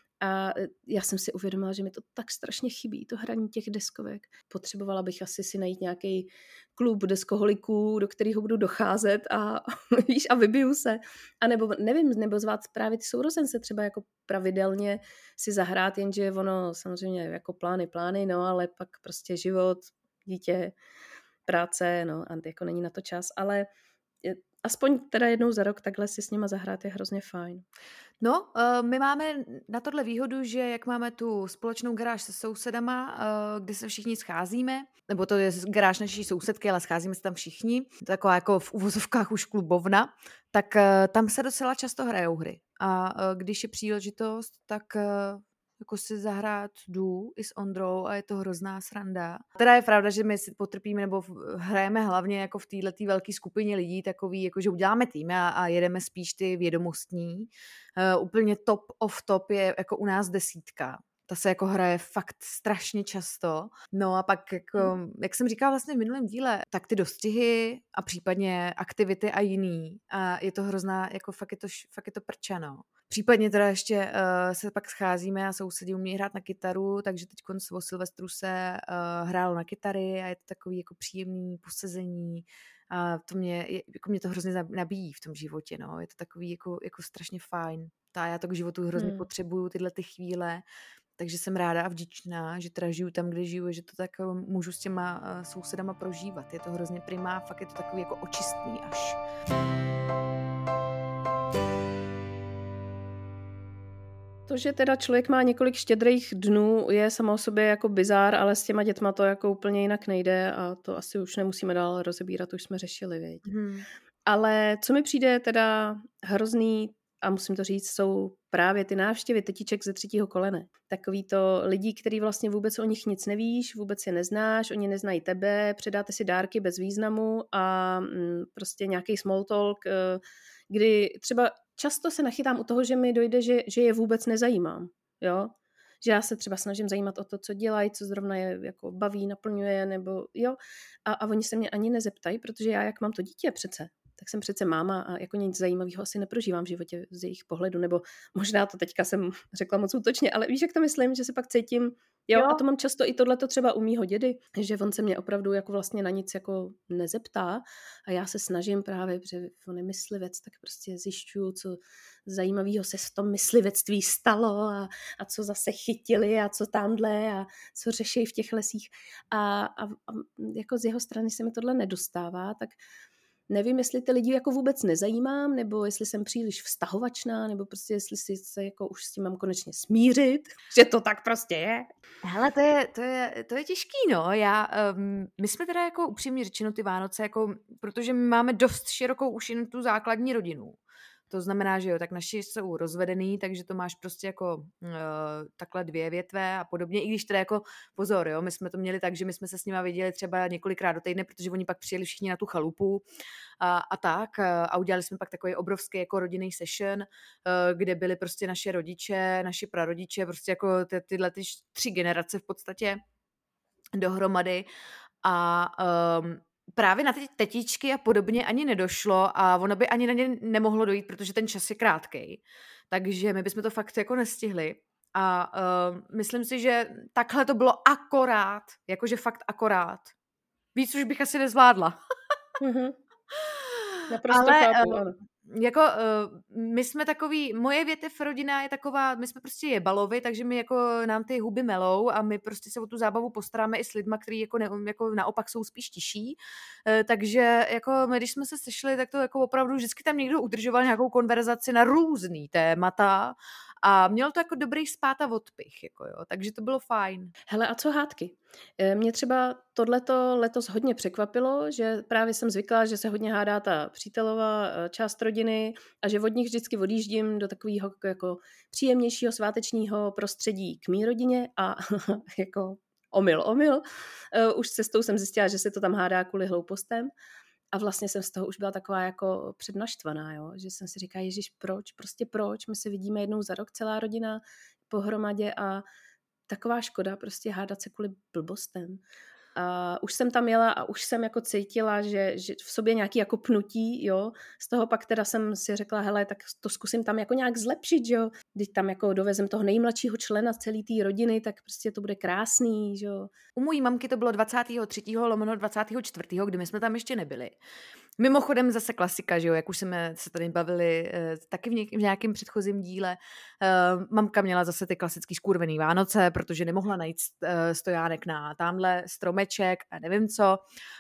A já jsem si uvědomila, že mi to tak strašně chybí, to hraní těch deskovek. Potřebovala bych asi si najít nějaký klub deskoholiků, do kterého budu docházet a víš, a vybiju se. A nebo, nevím, nebo zvát právě ty sourozence třeba jako pravidelně si zahrát, jenže ono samozřejmě jako plány, plány, no, ale pak prostě život, dítě, práce, no, a jako není na to čas, ale aspoň teda jednou za rok takhle si s nima zahrát je hrozně fajn. No, uh, my máme na tohle výhodu, že jak máme tu společnou garáž se sousedama, uh, kde se všichni scházíme, nebo to je garáž naší sousedky, ale scházíme se tam všichni, taková jako v uvozovkách už klubovna, tak uh, tam se docela často hrajou hry. A uh, když je příležitost, tak uh, jako si zahrát jdu i s Ondrou a je to hrozná sranda. Teda je pravda, že my si potrpíme nebo hrajeme hlavně jako v této velké skupině lidí takový, jako že uděláme tým a, a jedeme spíš ty vědomostní. Uh, úplně top of top je jako u nás desítka. Ta se jako hraje fakt strašně často. No a pak, jako, hmm. jak jsem říkala vlastně v minulém díle, tak ty dostřihy a případně aktivity a jiný. A je to hrozná, jako fakt je to, fakt je to prčano. Případně teda ještě uh, se pak scházíme a sousedí umí hrát na kytaru, takže teď o Silvestru se uh, hrálo na kytary a je to takový jako příjemný posezení. A to mě, jako mě to hrozně nabíjí v tom životě, no. Je to takový jako, jako strašně fajn. Ta, já to k životu hrozně hmm. potřebuju, tyhle ty chvíle. Takže jsem ráda a vděčná, že teda žiju tam, kde žiju, že to tak můžu s těma uh, sousedama prožívat. Je to hrozně primá, fakt je to takový jako očistný až. To, že teda člověk má několik štědrých dnů, je samo o sobě jako bizár, ale s těma dětma to jako úplně jinak nejde a to asi už nemusíme dál rozebírat, už jsme řešili, viď. Hmm. Ale co mi přijde teda hrozný, a musím to říct, jsou právě ty návštěvy tetiček ze třetího kolene. Takový to lidí, který vlastně vůbec o nich nic nevíš, vůbec je neznáš, oni neznají tebe, předáte si dárky bez významu a mm, prostě nějaký small talk, kdy třeba často se nachytám u toho, že mi dojde, že, že je vůbec nezajímám, jo? Že já se třeba snažím zajímat o to, co dělají, co zrovna je jako baví, naplňuje, nebo jo, a, a oni se mě ani nezeptají, protože já, jak mám to dítě přece, tak jsem přece máma a jako nic zajímavého asi neprožívám v životě z jejich pohledu, nebo možná to teďka jsem řekla moc útočně, ale víš, jak to myslím, že se pak cítím, jo, jo. A to mám často i tohleto třeba u mýho dědy, že on se mě opravdu jako vlastně na nic jako nezeptá a já se snažím právě, protože on je myslivec, tak prostě zjišťuju, co zajímavého se v tom myslivectví stalo a, a co zase chytili a co tamhle a co řeší v těch lesích a, a, a jako z jeho strany se mi tohle nedostává, tak nevím, jestli ty lidi jako vůbec nezajímám, nebo jestli jsem příliš vztahovačná, nebo prostě jestli si se jako už s tím mám konečně smířit, že to tak prostě je. Hele, to je, to je, to je těžký, no. Já, um, my jsme teda jako upřímně řečeno ty Vánoce, jako, protože my máme dost širokou už jen tu základní rodinu. To znamená, že jo, tak naši jsou rozvedený, takže to máš prostě jako uh, takhle dvě větve a podobně, i když teda jako pozor, jo, my jsme to měli tak, že my jsme se s nima viděli třeba několikrát do týdne, protože oni pak přijeli všichni na tu chalupu a, a tak a udělali jsme pak takový obrovský jako rodinný session, uh, kde byli prostě naše rodiče, naši prarodiče, prostě jako ty, tyhle ty tři generace v podstatě dohromady a um, právě na ty tetičky a podobně ani nedošlo a ono by ani na ně nemohlo dojít, protože ten čas je krátkej. Takže my bychom to fakt jako nestihli. A uh, myslím si, že takhle to bylo akorát, jakože fakt akorát. Víc už bych asi nezvládla. Mm-hmm. Naprosto Ale, chápu, uh, ano. Jako uh, my jsme takový, moje větev rodina je taková, my jsme prostě jebalovi, takže my jako nám ty huby melou a my prostě se o tu zábavu postaráme i s lidma, kteří jako, ne, jako naopak jsou spíš tiší. Uh, takže jako my, když jsme se sešli, tak to jako opravdu vždycky tam někdo udržoval nějakou konverzaci na různý témata a mělo to jako dobrý spát a odpich, jako jo, takže to bylo fajn. Hele, a co hádky? Mě třeba tohleto letos hodně překvapilo, že právě jsem zvyklá, že se hodně hádá ta přítelová část rodiny a že od nich vždycky odjíždím do takového jako příjemnějšího svátečního prostředí k mý rodině a jako omyl, omyl. Už cestou jsem zjistila, že se to tam hádá kvůli hloupostem. A vlastně jsem z toho už byla taková jako přednaštvaná, jo? Že jsem si říkala, ježiš, proč, prostě proč, my se vidíme jednou za rok, celá rodina pohromadě a taková škoda prostě hádat se kvůli blbostem. A už jsem tam jela a už jsem jako cítila, že, že v sobě nějaký jako pnutí, jo. Z toho pak teda jsem si řekla, hele, tak to zkusím tam jako nějak zlepšit, jo. Když tam jako dovezem toho nejmladšího člena z celé té rodiny, tak prostě to bude krásný, jo. U mojí mamky to bylo dvacátého třetího lomeno dvacátého čtvrtého, kdy my jsme tam ještě nebyli. Mimochodem zase klasika, že jo, jak už jsme se tady bavili eh, taky v, něk- v nějakém předchozím díle. Eh, mamka měla zase ty klasický skurvený Vánoce, protože nemohla najít eh, stojánek na tamhle stromeček, stromeček a nevím co.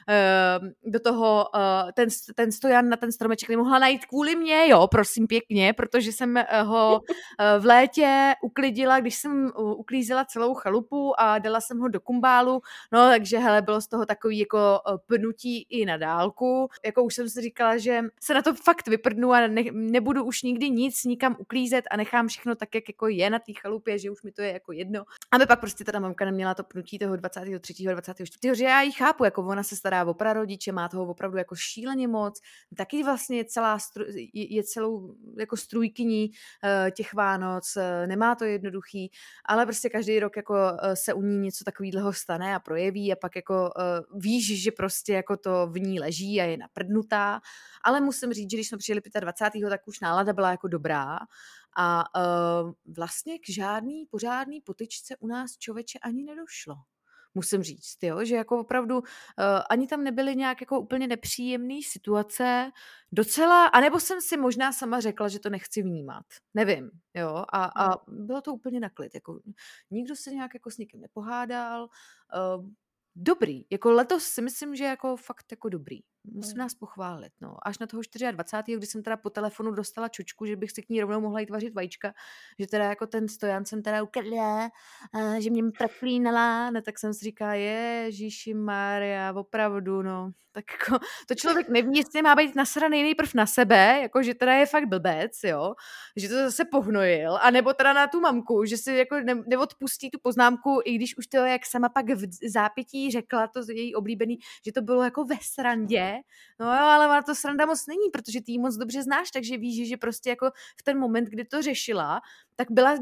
Uh, do toho uh, ten, ten stojan na ten stromeček nemohla najít kvůli mě, jo, prosím pěkně, protože jsem ho uh, v létě uklidila, když jsem uh, uklízela celou chalupu a dala jsem ho do kumbálu, no takže hele, bylo z toho takový jako uh, pnutí i na dálku. Jako už jsem si říkala, že se na to fakt vyprdnu a ne, nebudu už nikdy nic nikam uklízet a nechám všechno tak, jak jako je na té chalupě, že už mi to je jako jedno. Aby pak prostě teda mamka neměla to pnutí toho dvacátého třetího a dvacátého čtvrtého že já ji chápu, jako ona se stará o prarodiče, má toho opravdu jako šíleně moc, taky vlastně je celá stru, je, je celou jako strůjkyní uh, těch Vánoc, uh, nemá to jednoduchý, ale prostě každý rok jako uh, se u ní něco takového stane a projeví a pak jako uh, víš, že prostě jako to v ní leží a je naprdnutá, ale musím říct, že když jsme přijeli dvacátého pátého tak už nálada byla jako dobrá a uh, vlastně k žádný pořádný potyčce u nás člověče ani nedošlo. Musím říct, jo, že jako opravdu uh, ani tam nebyly nějak jako úplně nepříjemné situace, docela, anebo jsem si možná sama řekla, že to nechci vnímat, nevím, jo, a, a bylo to úplně na klid, jako nikdo se nějak jako s nikým nepohádal, uh, dobrý, jako letos si myslím, že jako fakt jako dobrý. Musím nás pochválit, no. Až na toho dvacátého čtvrtého kdy jsem teda po telefonu dostala čočku, že bych si k ní rovnou mohla jít vařit vajíčka, že teda jako ten stojan jsem teda ukradla, že mě proklínala, no tak jsem si říkala, Ježíši Maria, opravdu, no. Tak jako, to člověk neví, jestli má být nasranej nejprv na sebe, jako že teda je fakt blbec, jo, že to zase pohnojil, anebo teda na tu mamku, že si jako ne, neodpustí tu poznámku, i když už to, jak sama pak v zápětí řekla, to její oblíbený, že to bylo jako ve srandě. No jo, ale ona to sranda moc není, protože ty ji moc dobře znáš, takže víš, že prostě jako v ten moment, kdy to řešila, tak byla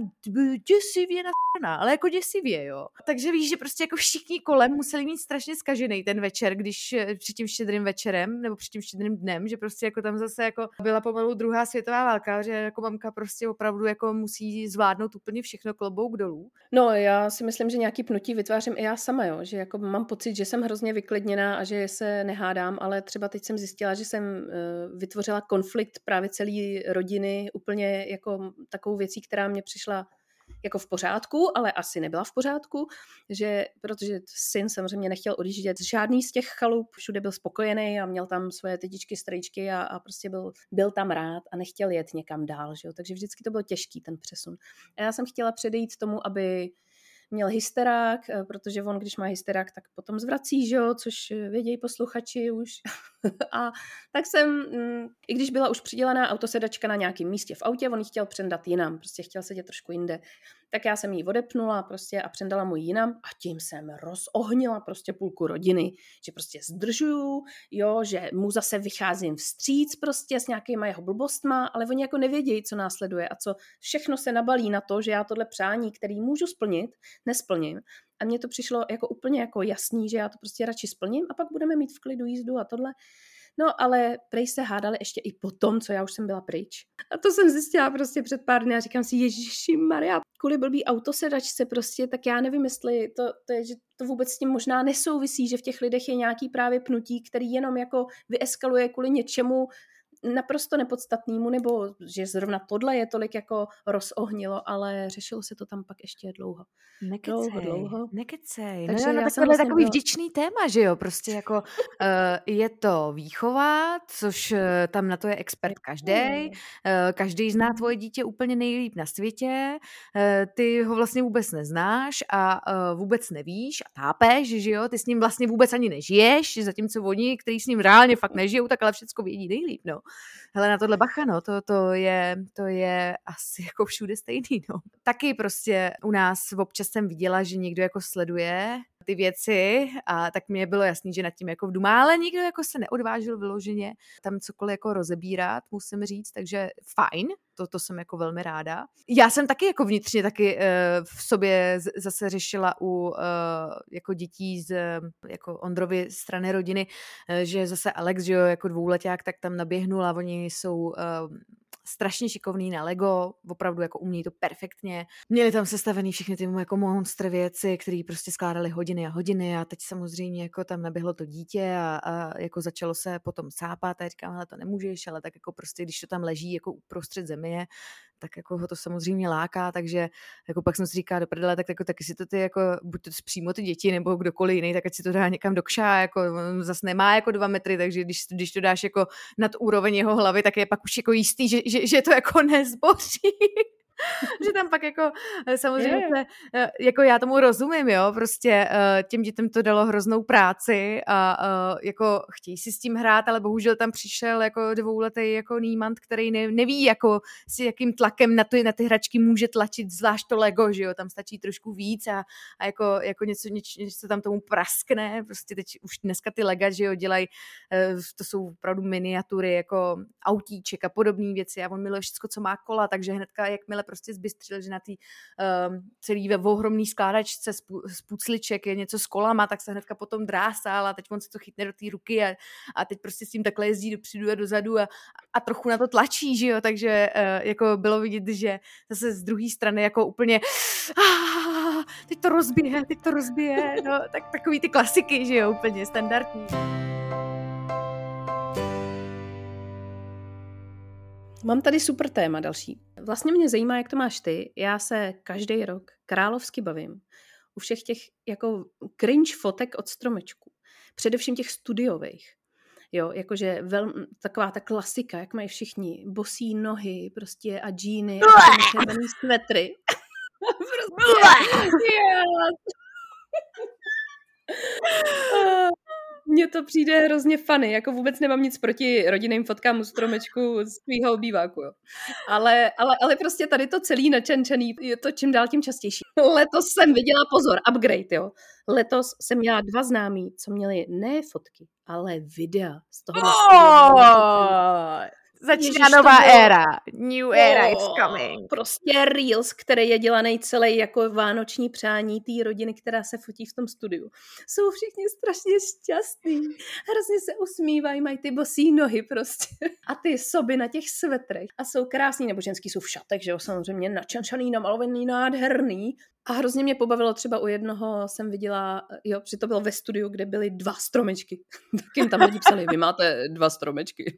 děsivě nasraná, ale jako děsivě, jo. Takže víš, že prostě jako všichni kolem museli mít strašně zkažený ten večer, když před tím štědrým večerem, nebo před tím štědrým dnem, že prostě jako tam zase jako byla pomalu druhá světová válka, že jako mamka prostě opravdu jako musí zvládnout úplně všechno, klobouk dolů. No, já si myslím, že nějaký pnutí vytvářím i já sama, jo, že jako mám pocit, že jsem hrozně vyklidněná a že se nehádám, ale třeba teď jsem zjistila, že jsem uh, vytvořila konflikt právě celé rodiny úplně jako takovou věcí, která mě přišla jako v pořádku, ale asi nebyla v pořádku, že, protože syn samozřejmě nechtěl odjíždět z žádný z těch chalup, všude byl spokojený a měl tam svoje tetičky, strejčky a, a prostě byl, byl tam rád a nechtěl jet někam dál, že jo? Takže vždycky to bylo těžký ten přesun. A já jsem chtěla předejít tomu, aby měl hysterák, protože on, když má hysterák, tak potom zvrací, že jo, což vědějí posluchači už. A tak jsem, i když byla už přidělaná autosedačka na nějakém místě v autě, on ji chtěl přendat jinam, prostě chtěl sedět trošku jinde, tak já jsem ji odepnula prostě a přendala mu jinam a tím jsem rozohnila prostě půlku rodiny, že prostě zdržuju, jo, že mu zase vycházím vstříc prostě s nějakýma jeho blbostma, ale oni jako nevědějí, co následuje a co všechno se nabalí na to, že já tohle přání, který můžu splnit, nesplním. A mně to přišlo jako úplně jako jasný, že já to prostě radši splním a pak budeme mít v klidu jízdu a tohle. No ale prej se hádali ještě i po tom, co já už jsem byla pryč. A to jsem zjistila prostě před pár dny a říkám si, Ježiši Maria, kvůli blbý autosedačce prostě, tak já nevím, jestli to, to je, že to vůbec s tím možná nesouvisí, že v těch lidech je nějaký právě pnutí, který jenom jako vyeskaluje kvůli něčemu naprosto nepodstatnému, nebo že zrovna tohle je tolik jako rozohnilo, ale řešilo se to tam pak ještě dlouho. Nekecej, dlouho, dlouho. nekecej. Takže no, no, já tak jsem tohle je vlastně takový byla... vděčný téma, že jo, prostě jako uh, je to výchova, což uh, tam na to je expert každý. Uh, každý zná tvoje dítě úplně nejlíp na světě, uh, ty ho vlastně vůbec neznáš a uh, vůbec nevíš a tápeš, že jo, ty s ním vlastně vůbec ani nežiješ, zatímco oni, kteří s ním reálně fakt nežijou, tak ale všecko vědí nejlíp, no. Hele, na tohle bacha, no, to, to, je, to je asi jako všude stejný, no. Taky prostě u nás občas jsem viděla, že někdo jako sleduje ty věci a tak mě bylo jasný, že nad tím jako vdumá, ale nikdo jako se neodvážil vyloženě tam cokoliv jako rozebírat, musím říct, takže fajn, to, to jsem jako velmi ráda. Já jsem taky jako vnitřně taky uh, v sobě z, zase řešila u uh, jako dětí z jako Ondrovy strany rodiny, uh, že zase Alex, že jo, jako dvouleťák, tak tam naběhnul a oni jsou uh, strašně šikovný na Lego, opravdu jako umějí to perfektně. Měli tam sestavený všechny ty jako monster věci, které prostě skládaly hodiny a hodiny a teď samozřejmě jako tam naběhlo to dítě a, a jako začalo se potom sápat a já říkám, hele, to nemůžeš, ale tak jako prostě, když to tam leží jako uprostřed země, tak jako ho to samozřejmě láká, takže jako pak jsem si říká do prdele, tak jako taky si to ty jako, buď to přímo ty děti nebo kdokoliv jiný, tak ať si to dá někam do kšá, jako zas nemá jako dva metry, takže když, když to dáš jako nad úroveň jeho hlavy, tak je pak už jako jistý, že, že, že to jako nezboří. Že tam pak jako samozřejmě yeah. jako já tomu rozumím, jo, prostě těm dětem to dalo hroznou práci a jako chtějí si s tím hrát, ale bohužel tam přišel jako dvouletý jako nímant, který ne, neví jako s jakým tlakem na, to, na ty hračky může tlačit, zvlášť to Lego, že jo, tam stačí trošku víc a, a jako, jako něco, něco, něco tam tomu praskne, prostě teď už dneska ty Lega, že jo, dělají, to jsou opravdu miniatury jako autíček a podobné věci a on miluje všechno, co má kola, takže hnedka jakmile prostě zbystřil, že na té um, celý ve ohromný skládačce z, z pucliček je něco s kolama, tak se hnedka potom drásal a teď on se to chytne do té ruky a, a teď prostě s tím takhle jezdí dopředu a dozadu a, a trochu na to tlačí, že jo, takže uh, jako bylo vidět, že zase z druhé strany jako úplně ah, teď to rozbije, teď to rozbije, no, tak takový ty klasiky, že jo, úplně standardní. Mám tady super téma další. Vlastně mě zajímá, jak to máš ty. Já se každý rok královsky bavím u všech těch jako cringe fotek od stromečků. Především těch studiových. Jo, jakože vel, taková ta klasika, jak mají všichni bosí nohy prostě a džíny a červený svetry. Prostě, mně to přijde hrozně funny, jako vůbec nemám nic proti rodinným fotkám u stromečku z tvýho obýváku, jo. Ale, ale, ale prostě tady to celý načančaný, je to čím dál tím častější. Letos jsem viděla, pozor, upgrade, jo. Letos jsem měla dva známí, co měli ne fotky, ale videa z toho. Oh! Začíná nová éra. New era is coming. Prostě Reels, který je dělaný celý jako vánoční přání té rodiny, která se fotí v tom studiu. Jsou všichni strašně šťastní. Hrozně se usmívají, mají ty bosí nohy prostě. A ty soby na těch svetrech. A jsou krásný, nebo ženský jsou v šatech, že jo, samozřejmě načančaný, namalovaný, nádherný. A hrozně mě pobavilo třeba u jednoho, jsem viděla, jo, protože to bylo ve studiu, kde byly dva stromečky. Tak jim tam lidi psali, vy máte dva stromečky.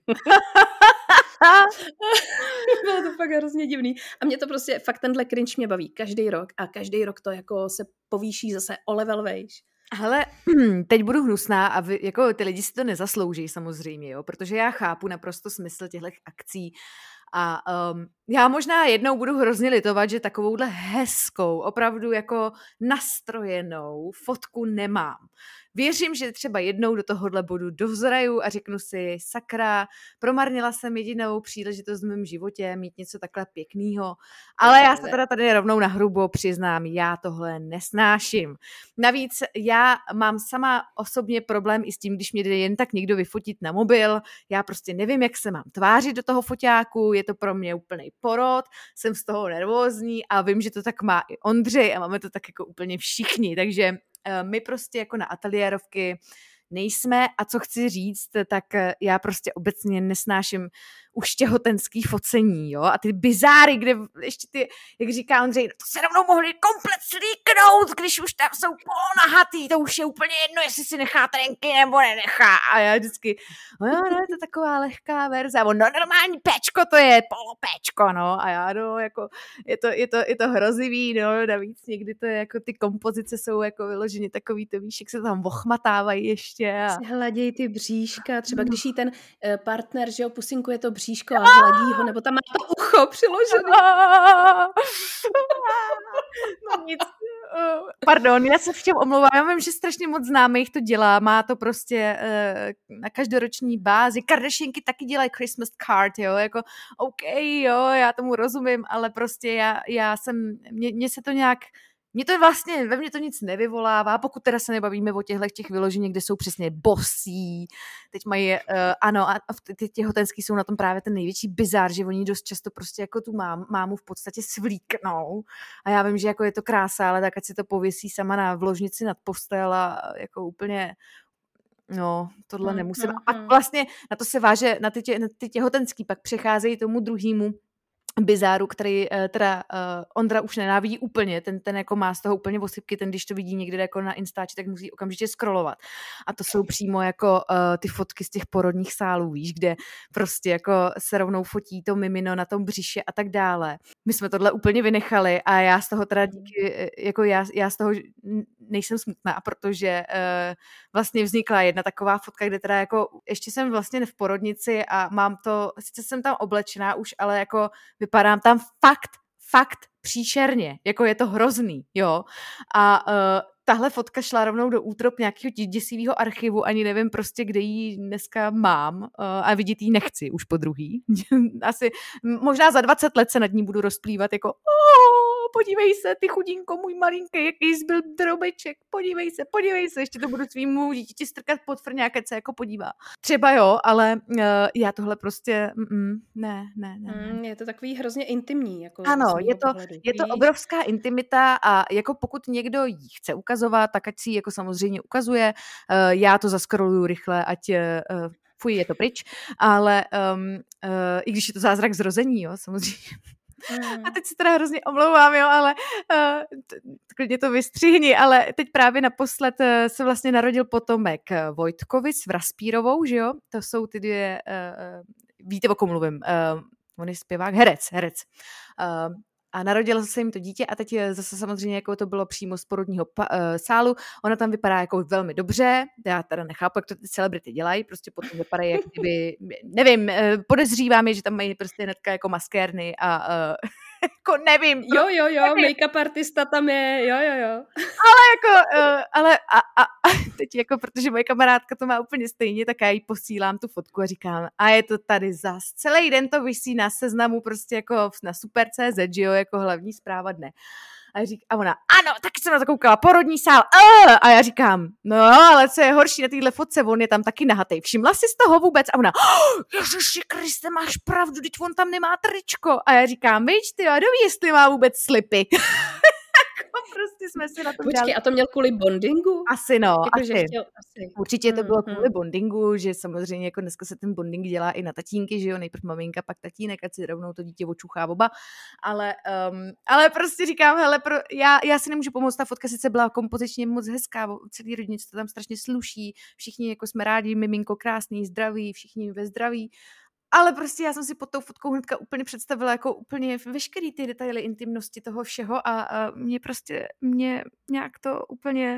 Bylo to fakt hrozně divný. A mě to prostě, fakt tenhle cringe mě baví každý rok a každý rok to jako se povýší zase o level vejš. Hele, teď budu hnusná a vy, jako ty lidi si to nezaslouží samozřejmě, jo, protože já chápu naprosto smysl těchto akcí a um, já možná jednou budu hrozně litovat, že takovouhle hezkou, opravdu jako nastrojenou fotku nemám. Věřím, že třeba jednou do tohohle bodu dozraju a řeknu si, sakra, promarnila jsem jedinou příležitost v mém životě mít něco takhle pěkného, ale já se teda tady rovnou na hrubo přiznám, já tohle nesnáším. Navíc já mám sama osobně problém i s tím, když mě jde jen tak někdo vyfotit na mobil, já prostě nevím, jak se mám tvářit do toho foťáku, je to pro mě úplný porod, jsem z toho nervózní a vím, že to tak má i Ondřej a máme to tak jako úplně všichni, takže my prostě jako na ateliérovky nejsme a co chci říct, tak já prostě obecně nesnáším už těhotenský focení, jo, a ty bizáry, kde ještě ty, jak říká Ondřej, to se rovnou mohli komplet slíknout, když už tam jsou polonahatý, to už je úplně jedno, jestli si nechá trenky nebo nenechá a já vždycky, no jo, no, je to taková lehká verze, no normální péčko to je, polopéčko, no, a já, no, jako, je to, je to, je to hrozivý, no, navíc někdy to je, jako ty kompozice jsou jako vyloženě takový, to víš, jak se tam ochmatávají ještě. A... Si hladěj ty bříška, třeba když jí ten uh, partner, že jo, pusinkuje to bříško a hladí ho, nebo tam má to ucho přiložené. No nic. Pardon, já se v těm omlouvám, já vím, že strašně moc známých to dělá, má to prostě uh, na každoroční bázi, Kardashianky taky dělají Christmas card, jo, jako OK, jo, já tomu rozumím, ale prostě já, já jsem, mně, mně se to nějak Mně to vlastně, ve mně to nic nevyvolává, pokud teda se nebavíme o těchto těch vyloženích, kde jsou přesně bosí, teď mají, uh, ano, a ty těhotenský jsou na tom právě ten největší bizár, že oni dost často prostě jako tu mám, mámu v podstatě svlíknou a já vím, že jako je to krása, ale tak ať si to pověsí sama na vložnici nad postel a jako úplně no, tohle Hmm, nemusím. hmm, A pak hmm. vlastně na to se váže, na ty, tě, na ty těhotenský, pak přecházejí tomu druhému bizáru, který uh, teda uh, Ondra už nenávidí úplně, ten, ten jako má z toho úplně osypky, ten když to vidí někde jako na Instači, tak musí okamžitě scrollovat. A to jsou přímo jako uh, ty fotky z těch porodních sálů, víš, kde prostě jako se rovnou fotí to mimino na tom břiše a tak dále. My jsme tohle úplně vynechali a já z toho teda díky, jako já, já z toho nejsem smutná, protože uh, vlastně vznikla jedna taková fotka, kde teda jako ještě jsem vlastně v porodnici a mám to, sice jsem tam oblečená už, ale jako vypadám tam fakt, fakt příšerně, jako je to hrozný, jo. A uh, tahle fotka šla rovnou do útrop nějakého děsivého archivu, ani nevím prostě, kde ji dneska mám uh, a vidět ji nechci už po druhý. Asi možná za dvacet let se nad ní budu rozplývat jako oh, podívej se, ty chudinko, můj malinký, jaký zbyl drobeček, podívej se, podívej se, ještě to budu svýmu dítěti strkat pod frňák, ať se jako podívá. Třeba jo, ale uh, já tohle prostě, mm, ne, ne, ne. Mm, je to takový hrozně intimní. Jako ano, je to, pohledu, je to obrovská intimita a jako pokud někdo ji chce ukazovat, tak ať si ji jako samozřejmě ukazuje. Uh, já to zaskroluju rychle, ať uh, fuj, je to pryč, ale um, uh, i když je to zázrak zrození, jo, samozřejmě. Hmm. A teď se teda hrozně omlouvám, jo, ale uh, t- klidně to vystřihni, ale teď právě naposled uh, se vlastně narodil potomek Vojtkovi s Vraspírovou, že jo, to jsou ty dvě, uh, víte, o kom mluvím, uh, on je zpěvák, herec, herec. Uh, a narodilo se jim to dítě a teď zase samozřejmě jako to bylo přímo z porodního pa- uh, sálu. Ona tam vypadá jako velmi dobře, já teda nechápu, jak to ty celebrity dělají, prostě potom vypadají jak kdyby, nevím, uh, podezřívám je, že tam mají prostě hnedka jako maskérny a uh, jako nevím. Jo, jo, jo, make-up artista tam je, jo, jo, jo. Ale jako, uh, ale a, a, a teď jako, protože moje kamarádka to má úplně stejně, tak já jí posílám tu fotku a říkám, a je to tady zas. Celý den to visí na seznamu prostě jako na super tečka cé zet, že jo, jako hlavní zpráva dne. A, řík, a ona, ano, taky jsem na to koukala, porodní sál, uh! A já říkám, no ale co je horší na téhle fotce, on je tam taky nahatej. Všimla jsi z toho vůbec? A ona, oh, Ježiši Kriste, máš pravdu, teď on tam nemá tričko. A já říkám, víš, ty, a doví, jestli má vůbec slipy. Prostě jsme si na to Počkej, dělali. A to měl kvůli bondingu? Asi no, jako, asi. Že chtěl, asi. Určitě to bylo hmm, kvůli bondingu, že samozřejmě jako dneska se ten bonding dělá i na tatínky, že jo, nejprv maminka, pak tatínek, ať si rovnou to dítě očuchá oba, ale, um, ale prostě říkám, hele, pro, já, já si nemůžu pomoct, ta fotka sice byla kompozičně moc hezká, celý rodinec to tam strašně sluší, všichni jako jsme rádi, miminko krásný, zdravý, všichni ve zdraví, ale prostě já jsem si pod tou fotkou hnedka úplně představila jako úplně veškerý ty detaily intimnosti toho všeho a, a mě prostě, mě nějak to úplně...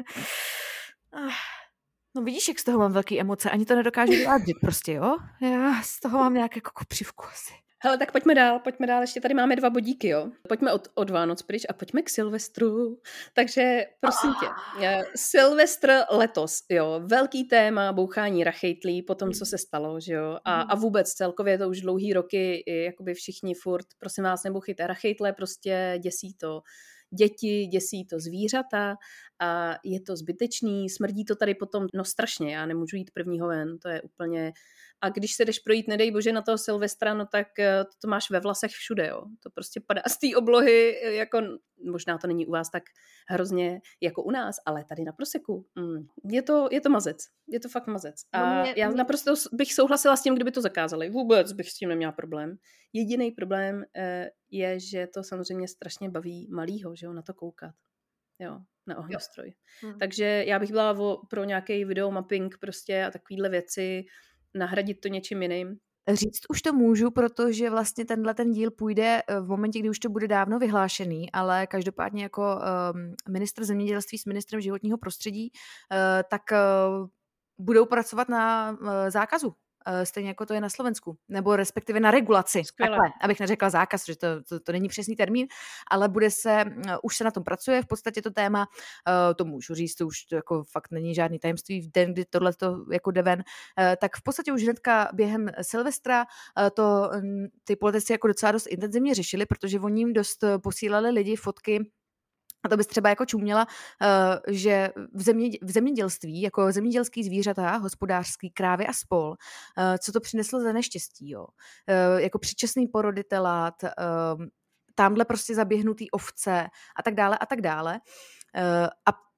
No vidíš, jak z toho mám velký emoce, ani to nedokážu vyjádřit prostě, jo? Já z toho mám nějak jako kopřivku asi. Hele, tak pojďme dál, pojďme dál, ještě tady máme dva bodíky, jo. Pojďme od, od Vánoc pryč a pojďme k Silvestru. Takže prosím tě, Silvestr letos, jo, velký téma, bouchání rachejtlí po tom, co se stalo, že jo. A, a vůbec celkově to už dlouhý roky, jakoby všichni furt, prosím vás, nebouchejte rachejtle, prostě děsí to děti, děsí to zvířata a je to zbytečný, smrdí to tady potom, no strašně, já nemůžu jít prvního ven, to je úplně... A když se jdeš projít, nedej bože, na toho Silvestra, no tak to, to máš ve vlasech všude, jo. To prostě padá z té oblohy, jako možná to není u vás tak hrozně jako u nás, ale tady na Proseku. Mm, je, to, je to mazec. Je to fakt mazec. A mě, já mě... naprosto bych souhlasila s tím, kdyby to zakázali. Vůbec bych s tím neměla problém. Jediný problém eh, je, že to samozřejmě strašně baví malýho, že jo, na to koukat. Jo, na ohňostroj. Hmm. Takže já bych byla vo, pro nějaký videomapping prostě a takovýhle věci, nahradit to něčím jiným. Říct už to můžu, protože vlastně tenhle ten díl půjde v momentě, kdy už to bude dávno vyhlášený, ale každopádně jako um, ministr zemědělství s ministrem životního prostředí, uh, tak uh, budou pracovat na uh, zákazu. Stejně jako to je na Slovensku, nebo respektive na regulaci. Takhle, abych neřekla zákaz, že to, to, to není přesný termín, ale bude se, už se na tom pracuje, v podstatě to téma, uh, to můžu říct, to už to jako fakt není žádný tajemství, v den, kdy tohle to jako jde ven, uh, tak v podstatě už hnedka během Silvestra uh, to um, ty politici jako docela dost intenzivně řešili, protože oni jim dost posílali lidi fotky. A to bys třeba jako čuměla, že v, země, v zemědělství, jako zemědělský zvířata, hospodářský, krávy a spol, co to přineslo za neštěstí, jo. Jako předčasný porody telat, tamhle prostě zaběhnutý ovce a tak dále a tak dále. A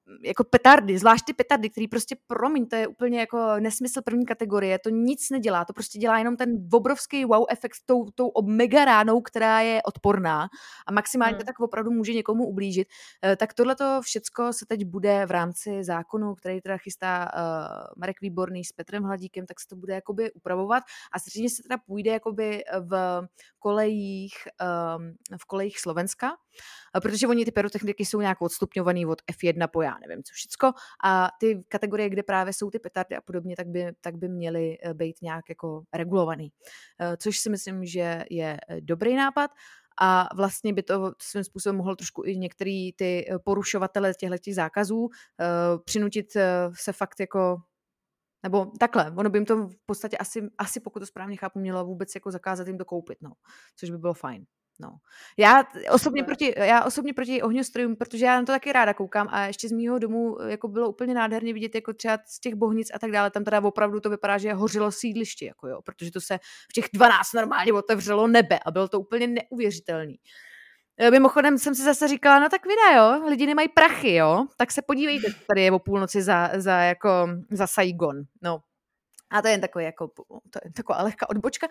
jako petardy, zvlášť ty petardy, který prostě, promiň, to je úplně jako nesmysl první kategorie, to nic nedělá, to prostě dělá jenom ten obrovský wow efekt s tou, tou mega ránou, která je odporná a maximálně Hmm. tak opravdu může někomu ublížit. Eh, Tak tohleto všecko se teď bude v rámci zákonu, který teda chystá uh, Marek Výborný s Petrem Hladíkem, tak se to bude jakoby upravovat a zřejmě se teda půjde jakoby v kolejích, um, v kolejích Slovenska, a protože oni ty pyrotechniky jsou nějak odstupňovaný od F jedna po já nevím co všecko a ty kategorie, kde právě jsou ty petardy a podobně, tak by, tak by měly eh, být nějak jako regulovaný. Eh, Což si myslím, že je eh, dobrý nápad a vlastně by to svým způsobem mohlo trošku i některý ty eh, porušovatele těchto zákazů eh, přinutit eh, se fakt jako nebo takhle, ono by jim to v podstatě asi, asi pokud to správně chápu, mělo vůbec jako zakázat jim to koupit, no. Což by bylo fajn. No. Já osobně Super. proti, já osobně proti ohňostrojům, protože já na to taky ráda koukám a ještě z mýho domu jako bylo úplně nádherně vidět jako třeba z těch Bohnic a tak dále, tam teda opravdu to vypadá, že hořilo sídliště, jako jo, protože to se v těch dvanáct normálně otevřelo nebe a bylo to úplně neuvěřitelný. E, Mimochodem jsem si zase říkala, no tak vida, jo, lidi nemají prachy, jo, tak se podívejte, tady je o půlnoci za, za, jako, za Saigon, no. A to je jen takový, jako, to je taková lehká odbočka.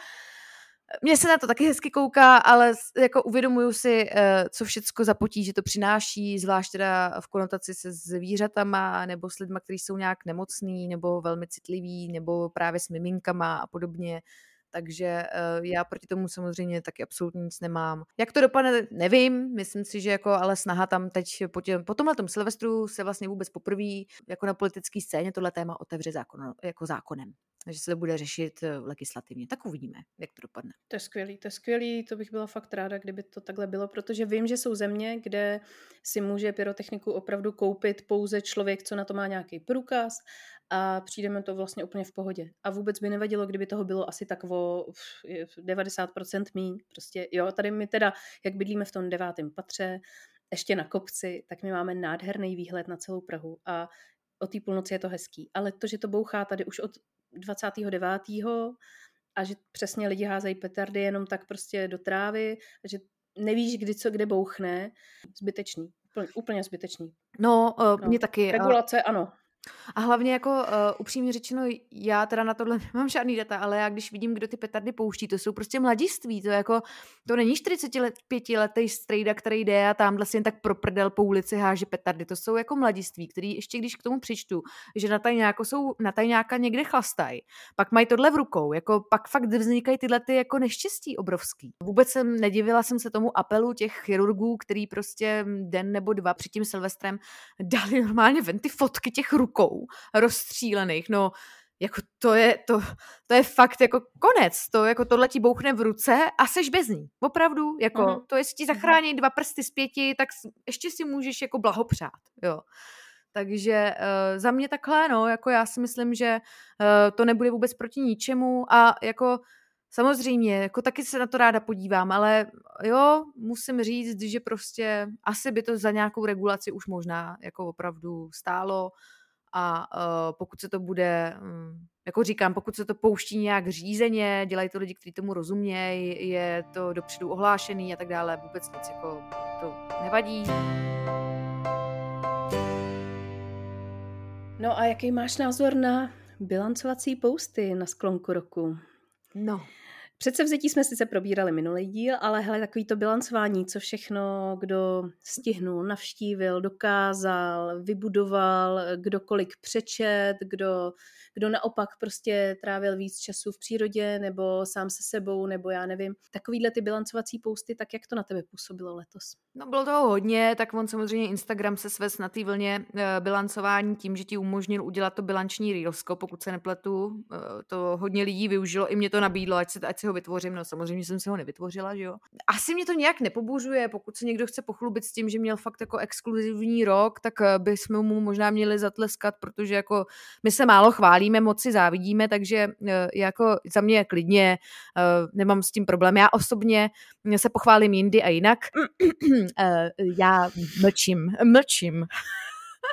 Mně se na to taky hezky kouká, ale s- jako uvědomuju si, eh, co všecko za potíže to přináší, zvlášť teda v konotaci se zvířatama, nebo s lidma, kteří jsou nějak nemocný, nebo velmi citliví, nebo právě s miminkama a podobně. Takže eh, já proti tomu samozřejmě taky absolutně nic nemám. Jak to dopadne, nevím, myslím si, že jako ale snaha tam teď po, tě, po tomhletom Silvestru se vlastně vůbec poprvé jako na politické scéně tohle téma otevře zákon, jako zákonem. Takže se to bude řešit eh, legislativně. Tak uvidíme, jak to dopadne. To je skvělý, to je skvělý, to bych byla fakt ráda, kdyby to takhle bylo, protože vím, že jsou země, kde si může pyrotechniku opravdu koupit pouze člověk, co na to má nějaký průkaz a přijdeme to vlastně úplně v pohodě. A vůbec by nevadilo, kdyby toho bylo asi tak o uf, devadesát procent míň. Prostě jo, tady my teda, jak bydlíme v tom devátém patře, ještě na kopci, tak my máme nádherný výhled na celou Prahu a o té půlnoci je to hezký. Ale to, že to bouchá tady už od dvacátého devátého a že přesně lidi házejí petardy jenom tak prostě do trávy, že nevíš, kdy co kde bouchne, zbytečný. Úplně, úplně zbytečný. No, uh, No. mě taky. Uh, Regulace, ano. a hlavně jako uh, upřímně řečeno, já teda na tohle nemám žádný data, ale já když vidím, kdo ty petardy pouští, to jsou prostě mladiství, to jako, to není čtyřicetiletý strejda, který jde a tamhle si jen tak pro prdel po ulici háže petardy, to jsou jako mladiství, který ještě když k tomu přičtu, že na tajňáko jsou, na tajňáka někde chlastají, pak mají tohle v rukou, jako pak fakt vznikají tyhle ty jako neštěstí obrovský. Vůbec jsem nedivila jsem se tomu apelu těch chirurgů, který prostě den nebo dva před tím Silvestrem dali normálně ven ty fotky těch rukou rozstřílených, no jako to je, to, to je fakt jako konec, to jako tohle ti bouchne v ruce a seš bez ní, opravdu, jako Mhm. to jestli ti zachrání dva prsty z pěti, tak s- ještě si můžeš jako blahopřát, jo. Takže uh, za mě takhle, no, jako já si myslím, že uh, to nebude vůbec proti ničemu a jako samozřejmě, jako taky se na to ráda podívám, ale jo, musím říct, že prostě asi by to za nějakou regulaci už možná jako opravdu stálo a uh, pokud se to bude, um, jako říkám, pokud se to pouští nějak řízeně, dělají to lidi, kteří tomu rozumějí, je to dopředu ohlášený a tak dále, vůbec nic jako to nevadí. No a jaký máš názor na bilancovací posty na sklonku roku? No, Předsevzetí jsme sice probírali minulý díl, ale hele, takový to bilancování, co všechno, kdo stihnul, navštívil, dokázal, vybudoval, kdo kolik přečet, kdo, kdo naopak prostě trávil víc času v přírodě, nebo sám se sebou, nebo já nevím. Takovýhle ty bilancovací posty, tak jak to na tebe působilo letos? no bylo toho hodně, tak on samozřejmě Instagram se svez na té vlně e, bilancování tím, že ti umožnil udělat to bilanční reelsko, pokud se nepletu, e, to hodně lidí využilo, i mě to nabídlo, ať, se, ať si ho vytvořím, no samozřejmě jsem si ho nevytvořila, že jo. Asi mě to nějak nepobuřuje, pokud se někdo chce pochlubit s tím, že měl fakt jako exkluzivní rok, tak bychom mu možná měli zatleskat, protože jako my se málo chválíme, moc si závidíme, takže e, jako za mě klidně, e, nemám s tím problém. Já osobně se pochválím jindy a jinak. Uh, já mlčím, mlčím.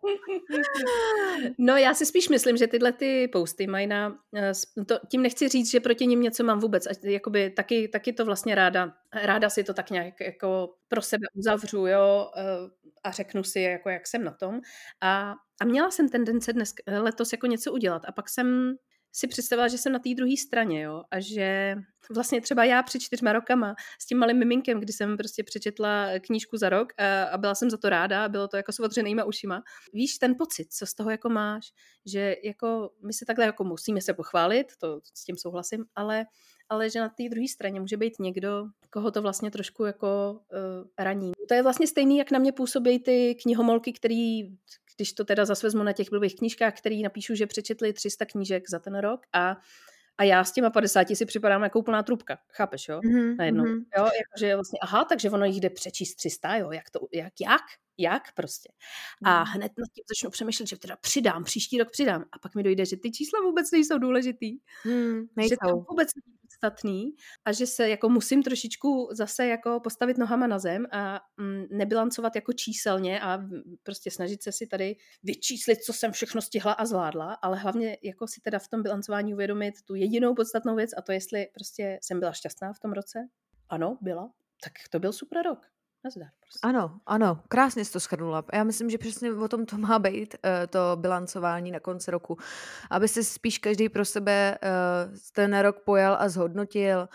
No já si spíš myslím, že tyhle ty posty mají na... To, tím nechci říct, že proti nim něco mám vůbec. Jakoby taky, taky to vlastně ráda, ráda si to tak nějak jako pro sebe uzavřu, jo, a řeknu si, jako jak jsem na tom. A, a měla jsem tendence dnes, letos jako něco udělat. A pak jsem si představila, že jsem na té druhé straně, jo, a že vlastně třeba já před čtyřma rokama s tím malým miminkem, kdy jsem prostě přečetla knížku za rok a, a byla jsem za to ráda a bylo to jako s otevřenýma ušima. Víš ten pocit, co z toho jako máš, že jako my se takhle jako musíme se pochválit, to s tím souhlasím, ale, ale že na té druhé straně může být někdo, koho to vlastně trošku jako uh, raní. To je vlastně stejný, jak na mě působí ty knihomolky, který, když to teda zase vezmu na těch blbých knížkách, který napíšu, že přečetli tři sta knížek za ten rok a A já s těma padesáti si připadám jako úplná trubka. Chápeš, jo? Mm-hmm, Najednou. mm-hmm. Jo, jakože vlastně, aha, takže ono jich jde přečíst tři sta, jo? Jak to, jak, jak? Jak prostě? A hned nad tím začnu přemýšlet, že teda přidám, příští rok přidám. A pak mi dojde, že ty čísla vůbec nejsou důležitý. Hmm, že to vůbec není podstatný a že se jako musím trošičku zase jako postavit nohama na zem a mm, nebilancovat jako číselně a prostě snažit se si tady vyčíslit, co jsem všechno stihla a zvládla, ale hlavně jako si teda v tom bilancování uvědomit tu jedinou podstatnou věc a to, jestli prostě jsem byla šťastná v tom roce. Ano, byla. Tak to byl super rok. Nazdar, prostě. Ano, ano, krásně jsi to shrnula. Já myslím, že přesně o tom to má být, to bilancování na konci roku. Aby se spíš každý pro sebe ten rok pojal a zhodnotil.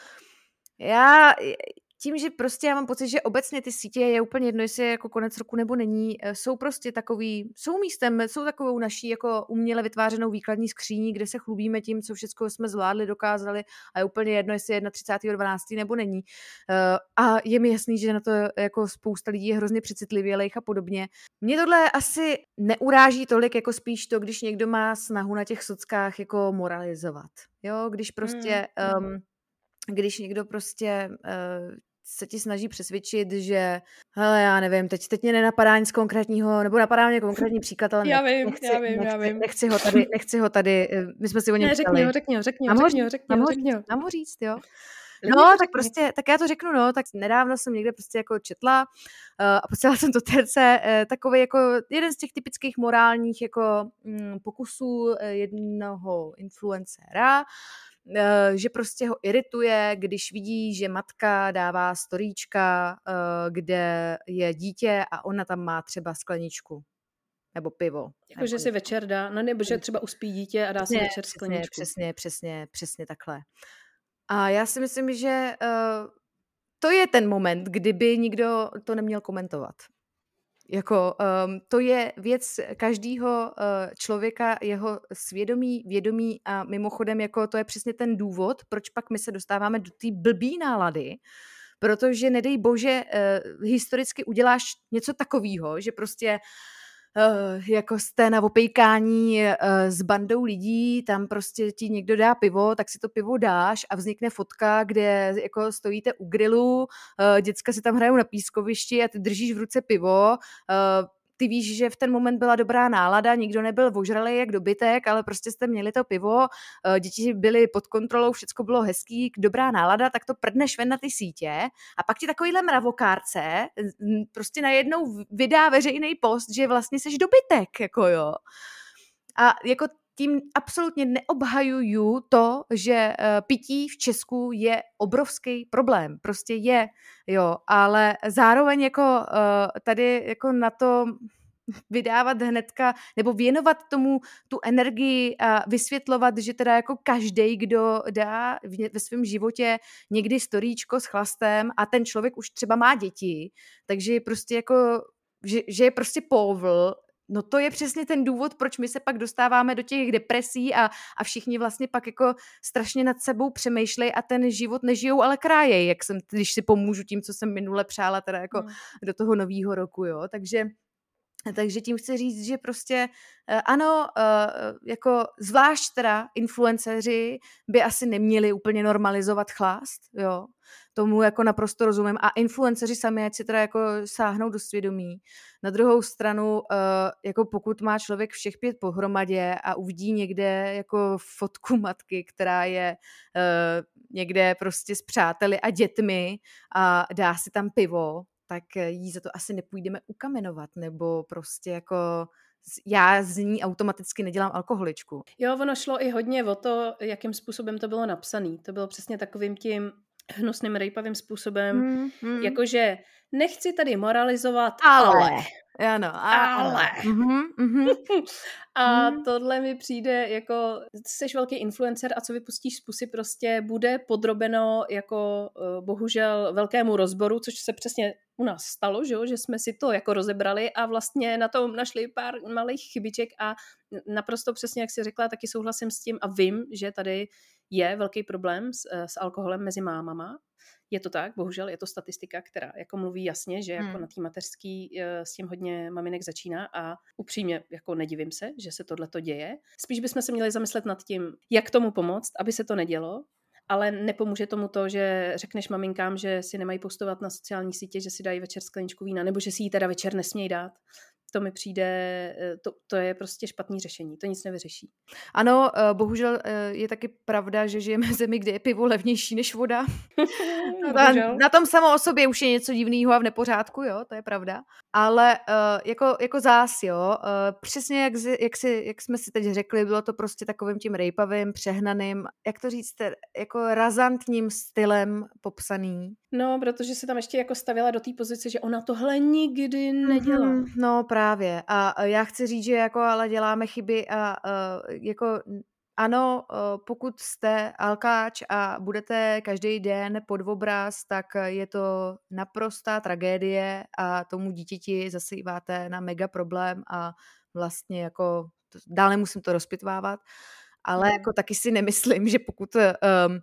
Já... Tím, že prostě já mám pocit, že obecně ty sítě je úplně jedno, jestli je jako konec roku nebo není, jsou prostě takový, jsou místem, jsou takovou naší jako uměle vytvářenou výkladní skříní, kde se chlubíme tím, co všechno jsme zvládli, dokázali a je úplně jedno, jestli je třicátého prvního dvanáctého nebo není. A je mi jasný, že na to jako spousta lidí je hrozně přecitlivělejch a podobně. Mě tohle asi neuráží tolik, jako spíš to, když někdo má snahu na těch sockách jako moralizovat. Jo, když prostě... Mm. Um, když někdo prostě uh, se ti snaží přesvědčit, že hele, já nevím, teď, teď mě nenapadá nic konkrétního, nebo napadá mě konkrétní příklad, ale já vím, nechci, já vím, nechci, já vím. Nechci ho tady, nechci ho tady, my jsme si o něm ne, ptali. Řekni ho, řekni ho, řekni ho, řekni ho, řekni ho, řekni ho. Mám ho říct, jo. No, tak prostě, tak já to řeknu, no, tak nedávno jsem někde prostě jako četla uh, a posílala jsem to terce, uh, takový jako jeden z těch typických morálních jako um, pokusů uh, jednoho influencera, Uh, že prostě ho irituje, když vidí, že matka dává storíčka, uh, kde je dítě a ona tam má třeba skleničku nebo pivo. Jako, že si večer dá, no nebo že třeba uspí dítě a dá si večer skleničku. Přesně, přesně, přesně takhle. A já si myslím, že uh, to je ten moment, kdyby nikdo to neměl komentovat. Jako, um, to je věc každého uh, člověka, jeho svědomí, vědomí a mimochodem jako to je přesně ten důvod, proč pak my se dostáváme do té blbý nálady, protože nedej bože, uh, historicky uděláš něco takového, že prostě uh, jako jste na opejkání uh, s bandou lidí, tam prostě ti někdo dá pivo, tak si to pivo dáš a vznikne fotka, kde jako stojíte u grilu, uh, děcka si tam hrajou na pískovišti a ty držíš v ruce pivo, uh, ty víš, že v ten moment byla dobrá nálada, nikdo nebyl ožralej jak dobytek, ale prostě jste měli to pivo, děti byly pod kontrolou, všecko bylo hezký, dobrá nálada, tak to prdneš ven na ty sítě a pak ti takovýhle mravokárce prostě najednou vydá veřejný post, že vlastně seš dobytek, jako jo. A jako tím absolutně neobhajuju to, že pití v Česku je obrovský problém. Prostě je, jo, ale zároveň jako tady jako na to vydávat hnedka, nebo věnovat tomu tu energii a vysvětlovat, že teda jako každej, kdo dá ve svém životě někdy storíčko s chlastem a ten člověk už třeba má děti, takže je prostě jako, že, že je prostě povl. No to je přesně ten důvod, proč my se pak dostáváme do těch depresí a, a všichni vlastně pak jako strašně nad sebou přemýšlej a ten život nežijou, ale krájej, jak jsem, když si pomůžu tím, co jsem minule přála teda jako hmm. do toho novýho roku, jo, takže Takže tím chci říct, že prostě ano, jako zvlášť teda influenceři by asi neměli úplně normalizovat chlast, jo. Tomu jako naprosto rozumím. A influenceři sami, ať si teda jako sáhnou do svědomí. Na druhou stranu, jako pokud má člověk všech pět pohromadě a uvidí někde jako fotku matky, která je někde prostě s přáteli a dětmi a dá si tam pivo, tak jí za to asi nepůjdeme ukamenovat, nebo prostě jako já z ní automaticky nedělám alkoholičku. Jo, ono šlo i hodně o to, jakým způsobem to bylo napsané. To bylo přesně takovým tím hnusným, rejpavým způsobem, Hmm, hmm. jakože nechci tady moralizovat, Ale. ale. Ano, a, Ale. Mhm, mhm. A Hmm. tohle mi přijde jako, jsi velký influencer a co vypustíš z pusy prostě bude podrobeno jako uh, bohužel velkému rozboru, což se přesně u nás stalo, že, jo? Že jsme si to jako rozebrali a vlastně na tom našli pár malých chybiček a naprosto přesně, jak jsi řekla, taky souhlasím s tím a vím, že tady je velký problém s, s alkoholem mezi mámama. Je to tak, bohužel je to statistika, která jako mluví jasně, že jako Hmm. na té mateřský s tím hodně maminek začíná a upřímně jako nedivím se, že se tohleto děje. Spíš bychom se měli zamyslet nad tím, jak tomu pomoct, aby se to nedělo, ale nepomůže tomu to, že řekneš maminkám, že si nemají postovat na sociální sítě, že si dají večer skleničku vína, nebo že si ji teda večer nesmějí dát. To mi přijde, to, to je prostě špatný řešení, to nic nevyřeší. Ano, bohužel je taky pravda, že žijeme v zemi, kde je pivo levnější než voda. na, na tom samo o sobě už je něco divného a v nepořádku, jo, to je pravda. Ale uh, jako, jako zás, jo, uh, přesně jak, jak, si, jak jsme si teď řekli, bylo to prostě takovým tím rejpavým, přehnaným, jak to říct, jako razantním stylem popsaný. No, protože se tam ještě jako stavila do té pozice, že ona tohle nikdy nedělá. Mm-hmm, no právě. A já chci říct, že jako ale děláme chyby a uh, jako ano, uh, pokud jste alkáč a budete každý den pod obraz, tak je to naprostá tragédie a tomu dítěti zasýváte na mega problém a vlastně jako to, dál nemusím to rozpitvávat, ale mm. jako taky si nemyslím, že pokud um,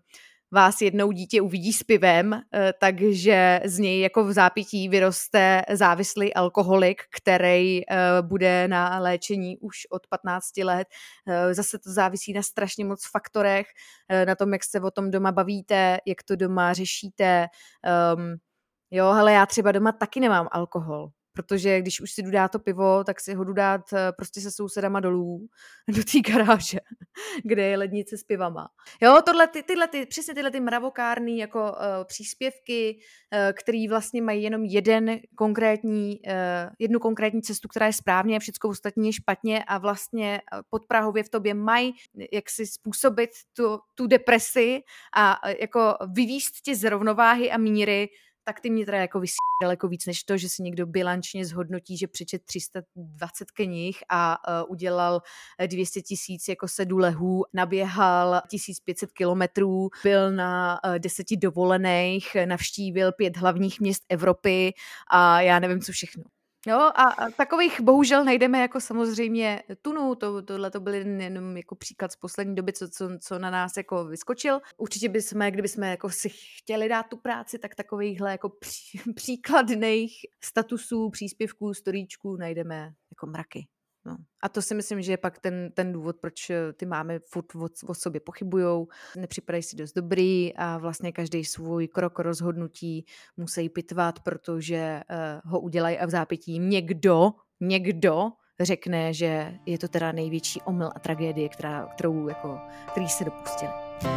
vás jednou dítě uvidí s pivem, takže z něj jako v zápití vyroste závislý alkoholik, který bude na léčení už od patnácti let. Zase to závisí na strašně moc faktorech, na tom, jak se o tom doma bavíte, jak to doma řešíte. Um, jo, hele, já třeba doma taky nemám alkohol, protože když už si jdu dát to pivo, tak si ho jdu dát prostě se sousedama dolů do té garáže, kde je lednice s pivama. Jo, tohle, ty, tyhle, ty, přesně tyhle ty mravokárný jako uh, příspěvky, uh, který vlastně mají jenom jeden konkrétní, uh, jednu konkrétní cestu, která je správně a všechno ostatní je špatně a vlastně podprahově v tobě mají jak si způsobit tu, tu depresi a uh, jako vyvízt tě z rovnováhy a míry, tak ty mě teda jako vysí daleko víc, než to, že si někdo bilančně zhodnotí, že přečet tři sta dvacet knih a uh, udělal dvě stě tisíc jako sedu lehů, naběhal tisíc pět set kilometrů, byl na uh, deseti dovolených, navštívil pět hlavních měst Evropy a já nevím, co všechno. Jo, a, a takových bohužel najdeme jako samozřejmě tunu, to, tohle to byl jenom jako příklad z poslední doby, co, co, co na nás jako vyskočil. Určitě bychom, kdybychom jako si chtěli dát tu práci, tak takovýchhle jako pří, příkladných statusů, příspěvků, storíčků najdeme jako mraky. No. A to si myslím, že je pak ten, ten důvod, proč ty máme furt o, o sobě pochybujou, nepřipadají si dost dobrý a vlastně každý svůj krok rozhodnutí musí pitvat, protože uh, ho udělají a v zápětí někdo, někdo řekne, že je to teda největší omyl a tragédie, která, kterou jako, který se dopustili.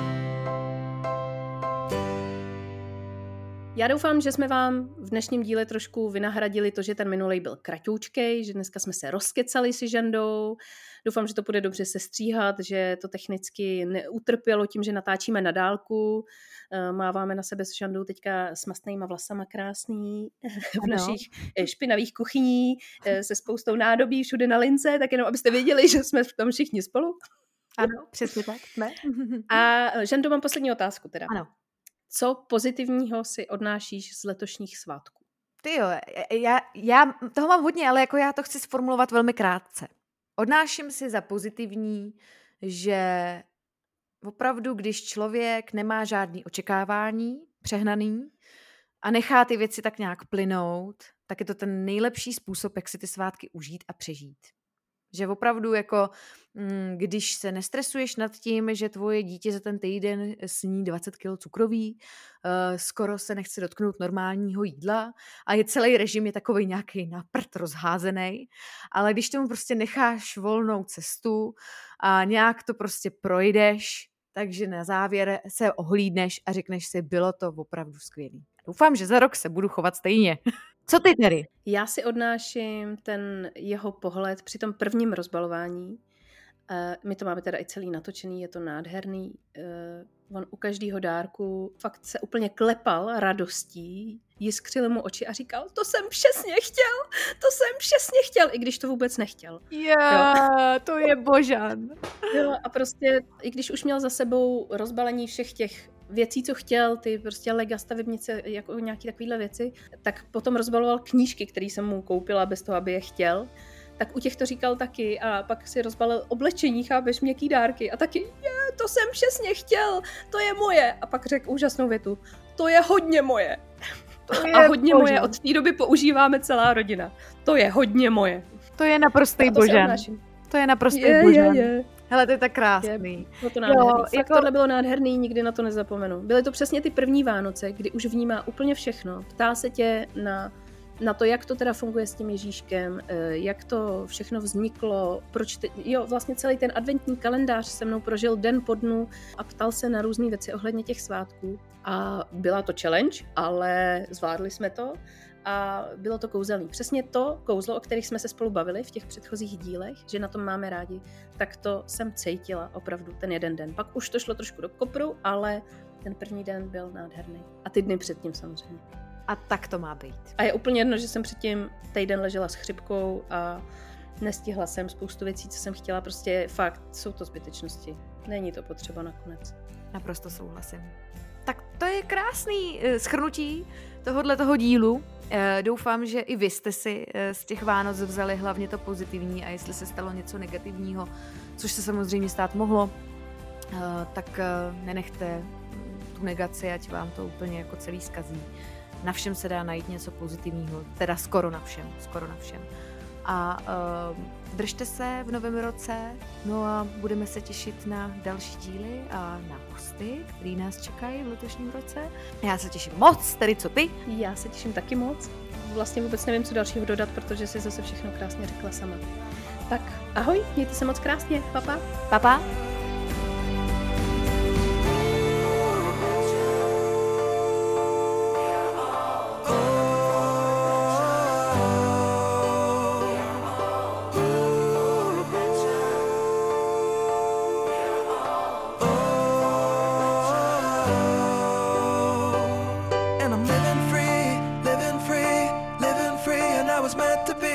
Já doufám, že jsme vám v dnešním díle trošku vynahradili to, že ten minulej byl kratoučkej, že dneska jsme se rozkecali si Žandou. Doufám, že to bude dobře sestříhat, že to technicky neutrpělo tím, že natáčíme na dálku. Máváme na sebe s Žandou teďka s mastnýma vlasama krásný v našich špinavých kuchyní se spoustou nádobí všude na lince, tak jenom abyste věděli, že jsme v tom všichni spolu. Ano, přesně tak. Ne? A Žando, mám poslední otázku teda. Ano. Co pozitivního si odnášíš z letošních svátků? Ty jo, já, já toho mám hodně, ale jako já to chci sformulovat velmi krátce. Odnáším si za pozitivní, že opravdu, když člověk nemá žádný očekávání, přehnaný, a nechá ty věci tak nějak plynout, tak je to ten nejlepší způsob, jak si ty svátky užít a přežít. Že opravdu jako, když se nestresuješ nad tím, že tvoje dítě za ten týden sní dvacet kilo cukroví, skoro se nechce dotknout normálního jídla a je celý režim je takovej nějaký na prd rozházený, ale když tomu prostě necháš volnou cestu a nějak to prostě projdeš, takže na závěr se ohlídneš a řekneš si, bylo to opravdu skvělý. Doufám, že za rok se budu chovat stejně. Co ty tedy? Já si odnáším ten jeho pohled při tom prvním rozbalování. My to máme teda i celý natočený, je to nádherný. On u každého dárku fakt se úplně klepal radostí, jiskřil mu oči a říkal, to jsem přesně chtěl, to jsem přesně chtěl, i když to vůbec nechtěl. Yeah, to je Božan. Jo, a prostě, i když už měl za sebou rozbalení všech těch věcí, co chtěl, ty prostě lega, stavebnice, jako nějaký takovýhle věci, tak potom rozbaloval knížky, které jsem mu koupila bez toho, aby je chtěl. Tak u těch to říkal taky a pak si rozbalil oblečení, chápeš, měkký dárky a taky, je, to jsem přesně chtěl, to je moje. A pak řekl úžasnou větu, to je hodně moje. To je a hodně Božan. Moje od té doby používáme celá rodina. To je hodně moje. To je naprostý Božan. To je naprostý je, Božan. Je, je. Hele, to je tak krásný. Je, bylo to nádherný. Jo, Fakt jako... tohle bylo nádherný, nikdy na to nezapomenu. Byly to přesně ty první Vánoce, kdy už vnímá úplně všechno. Ptá se tě na... na to, jak to teda funguje s tím Ježíškem, jak to všechno vzniklo, proč ty, jo, vlastně celý ten adventní kalendář se mnou prožil den po dnu a ptal se na různé věci ohledně těch svátků. A byla to challenge, ale zvládli jsme to a bylo to kouzelný. Přesně to kouzlo, o kterých jsme se spolu bavili v těch předchozích dílech, že na tom máme rádi, tak to jsem cítila opravdu ten jeden den. Pak už to šlo trošku do kopru, ale ten první den byl nádherný. A ty dny předtím samozřejmě. A tak to má být. A je úplně jedno, že jsem předtím týden ležela s chřipkou a nestihla jsem spoustu věcí, co jsem chtěla. Prostě fakt, jsou to zbytečnosti. Není to potřeba nakonec. Naprosto souhlasím. Tak to je krásný shrnutí tohohle toho dílu. Doufám, že i vy jste si z těch Vánoc vzali hlavně to pozitivní a jestli se stalo něco negativního, což se samozřejmě stát mohlo, tak nenechte tu negaci, ať vám to úplně jako celý zkazí. Na všem se dá najít něco pozitivního, teda skoro na všem, skoro na všem. A uh, držte se v novém roce, no a budeme se těšit na další díly a na hosty, který nás čekají v letošním roce. Já se těším moc, tedy co ty? Já se těším taky moc. Vlastně vůbec nevím, co dalšího dodat, protože si zase všechno krásně řekla sama. Tak ahoj, mějte se moc krásně, papa. Papa.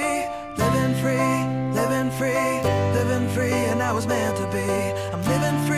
Living free, and I was meant to be. I'm living free.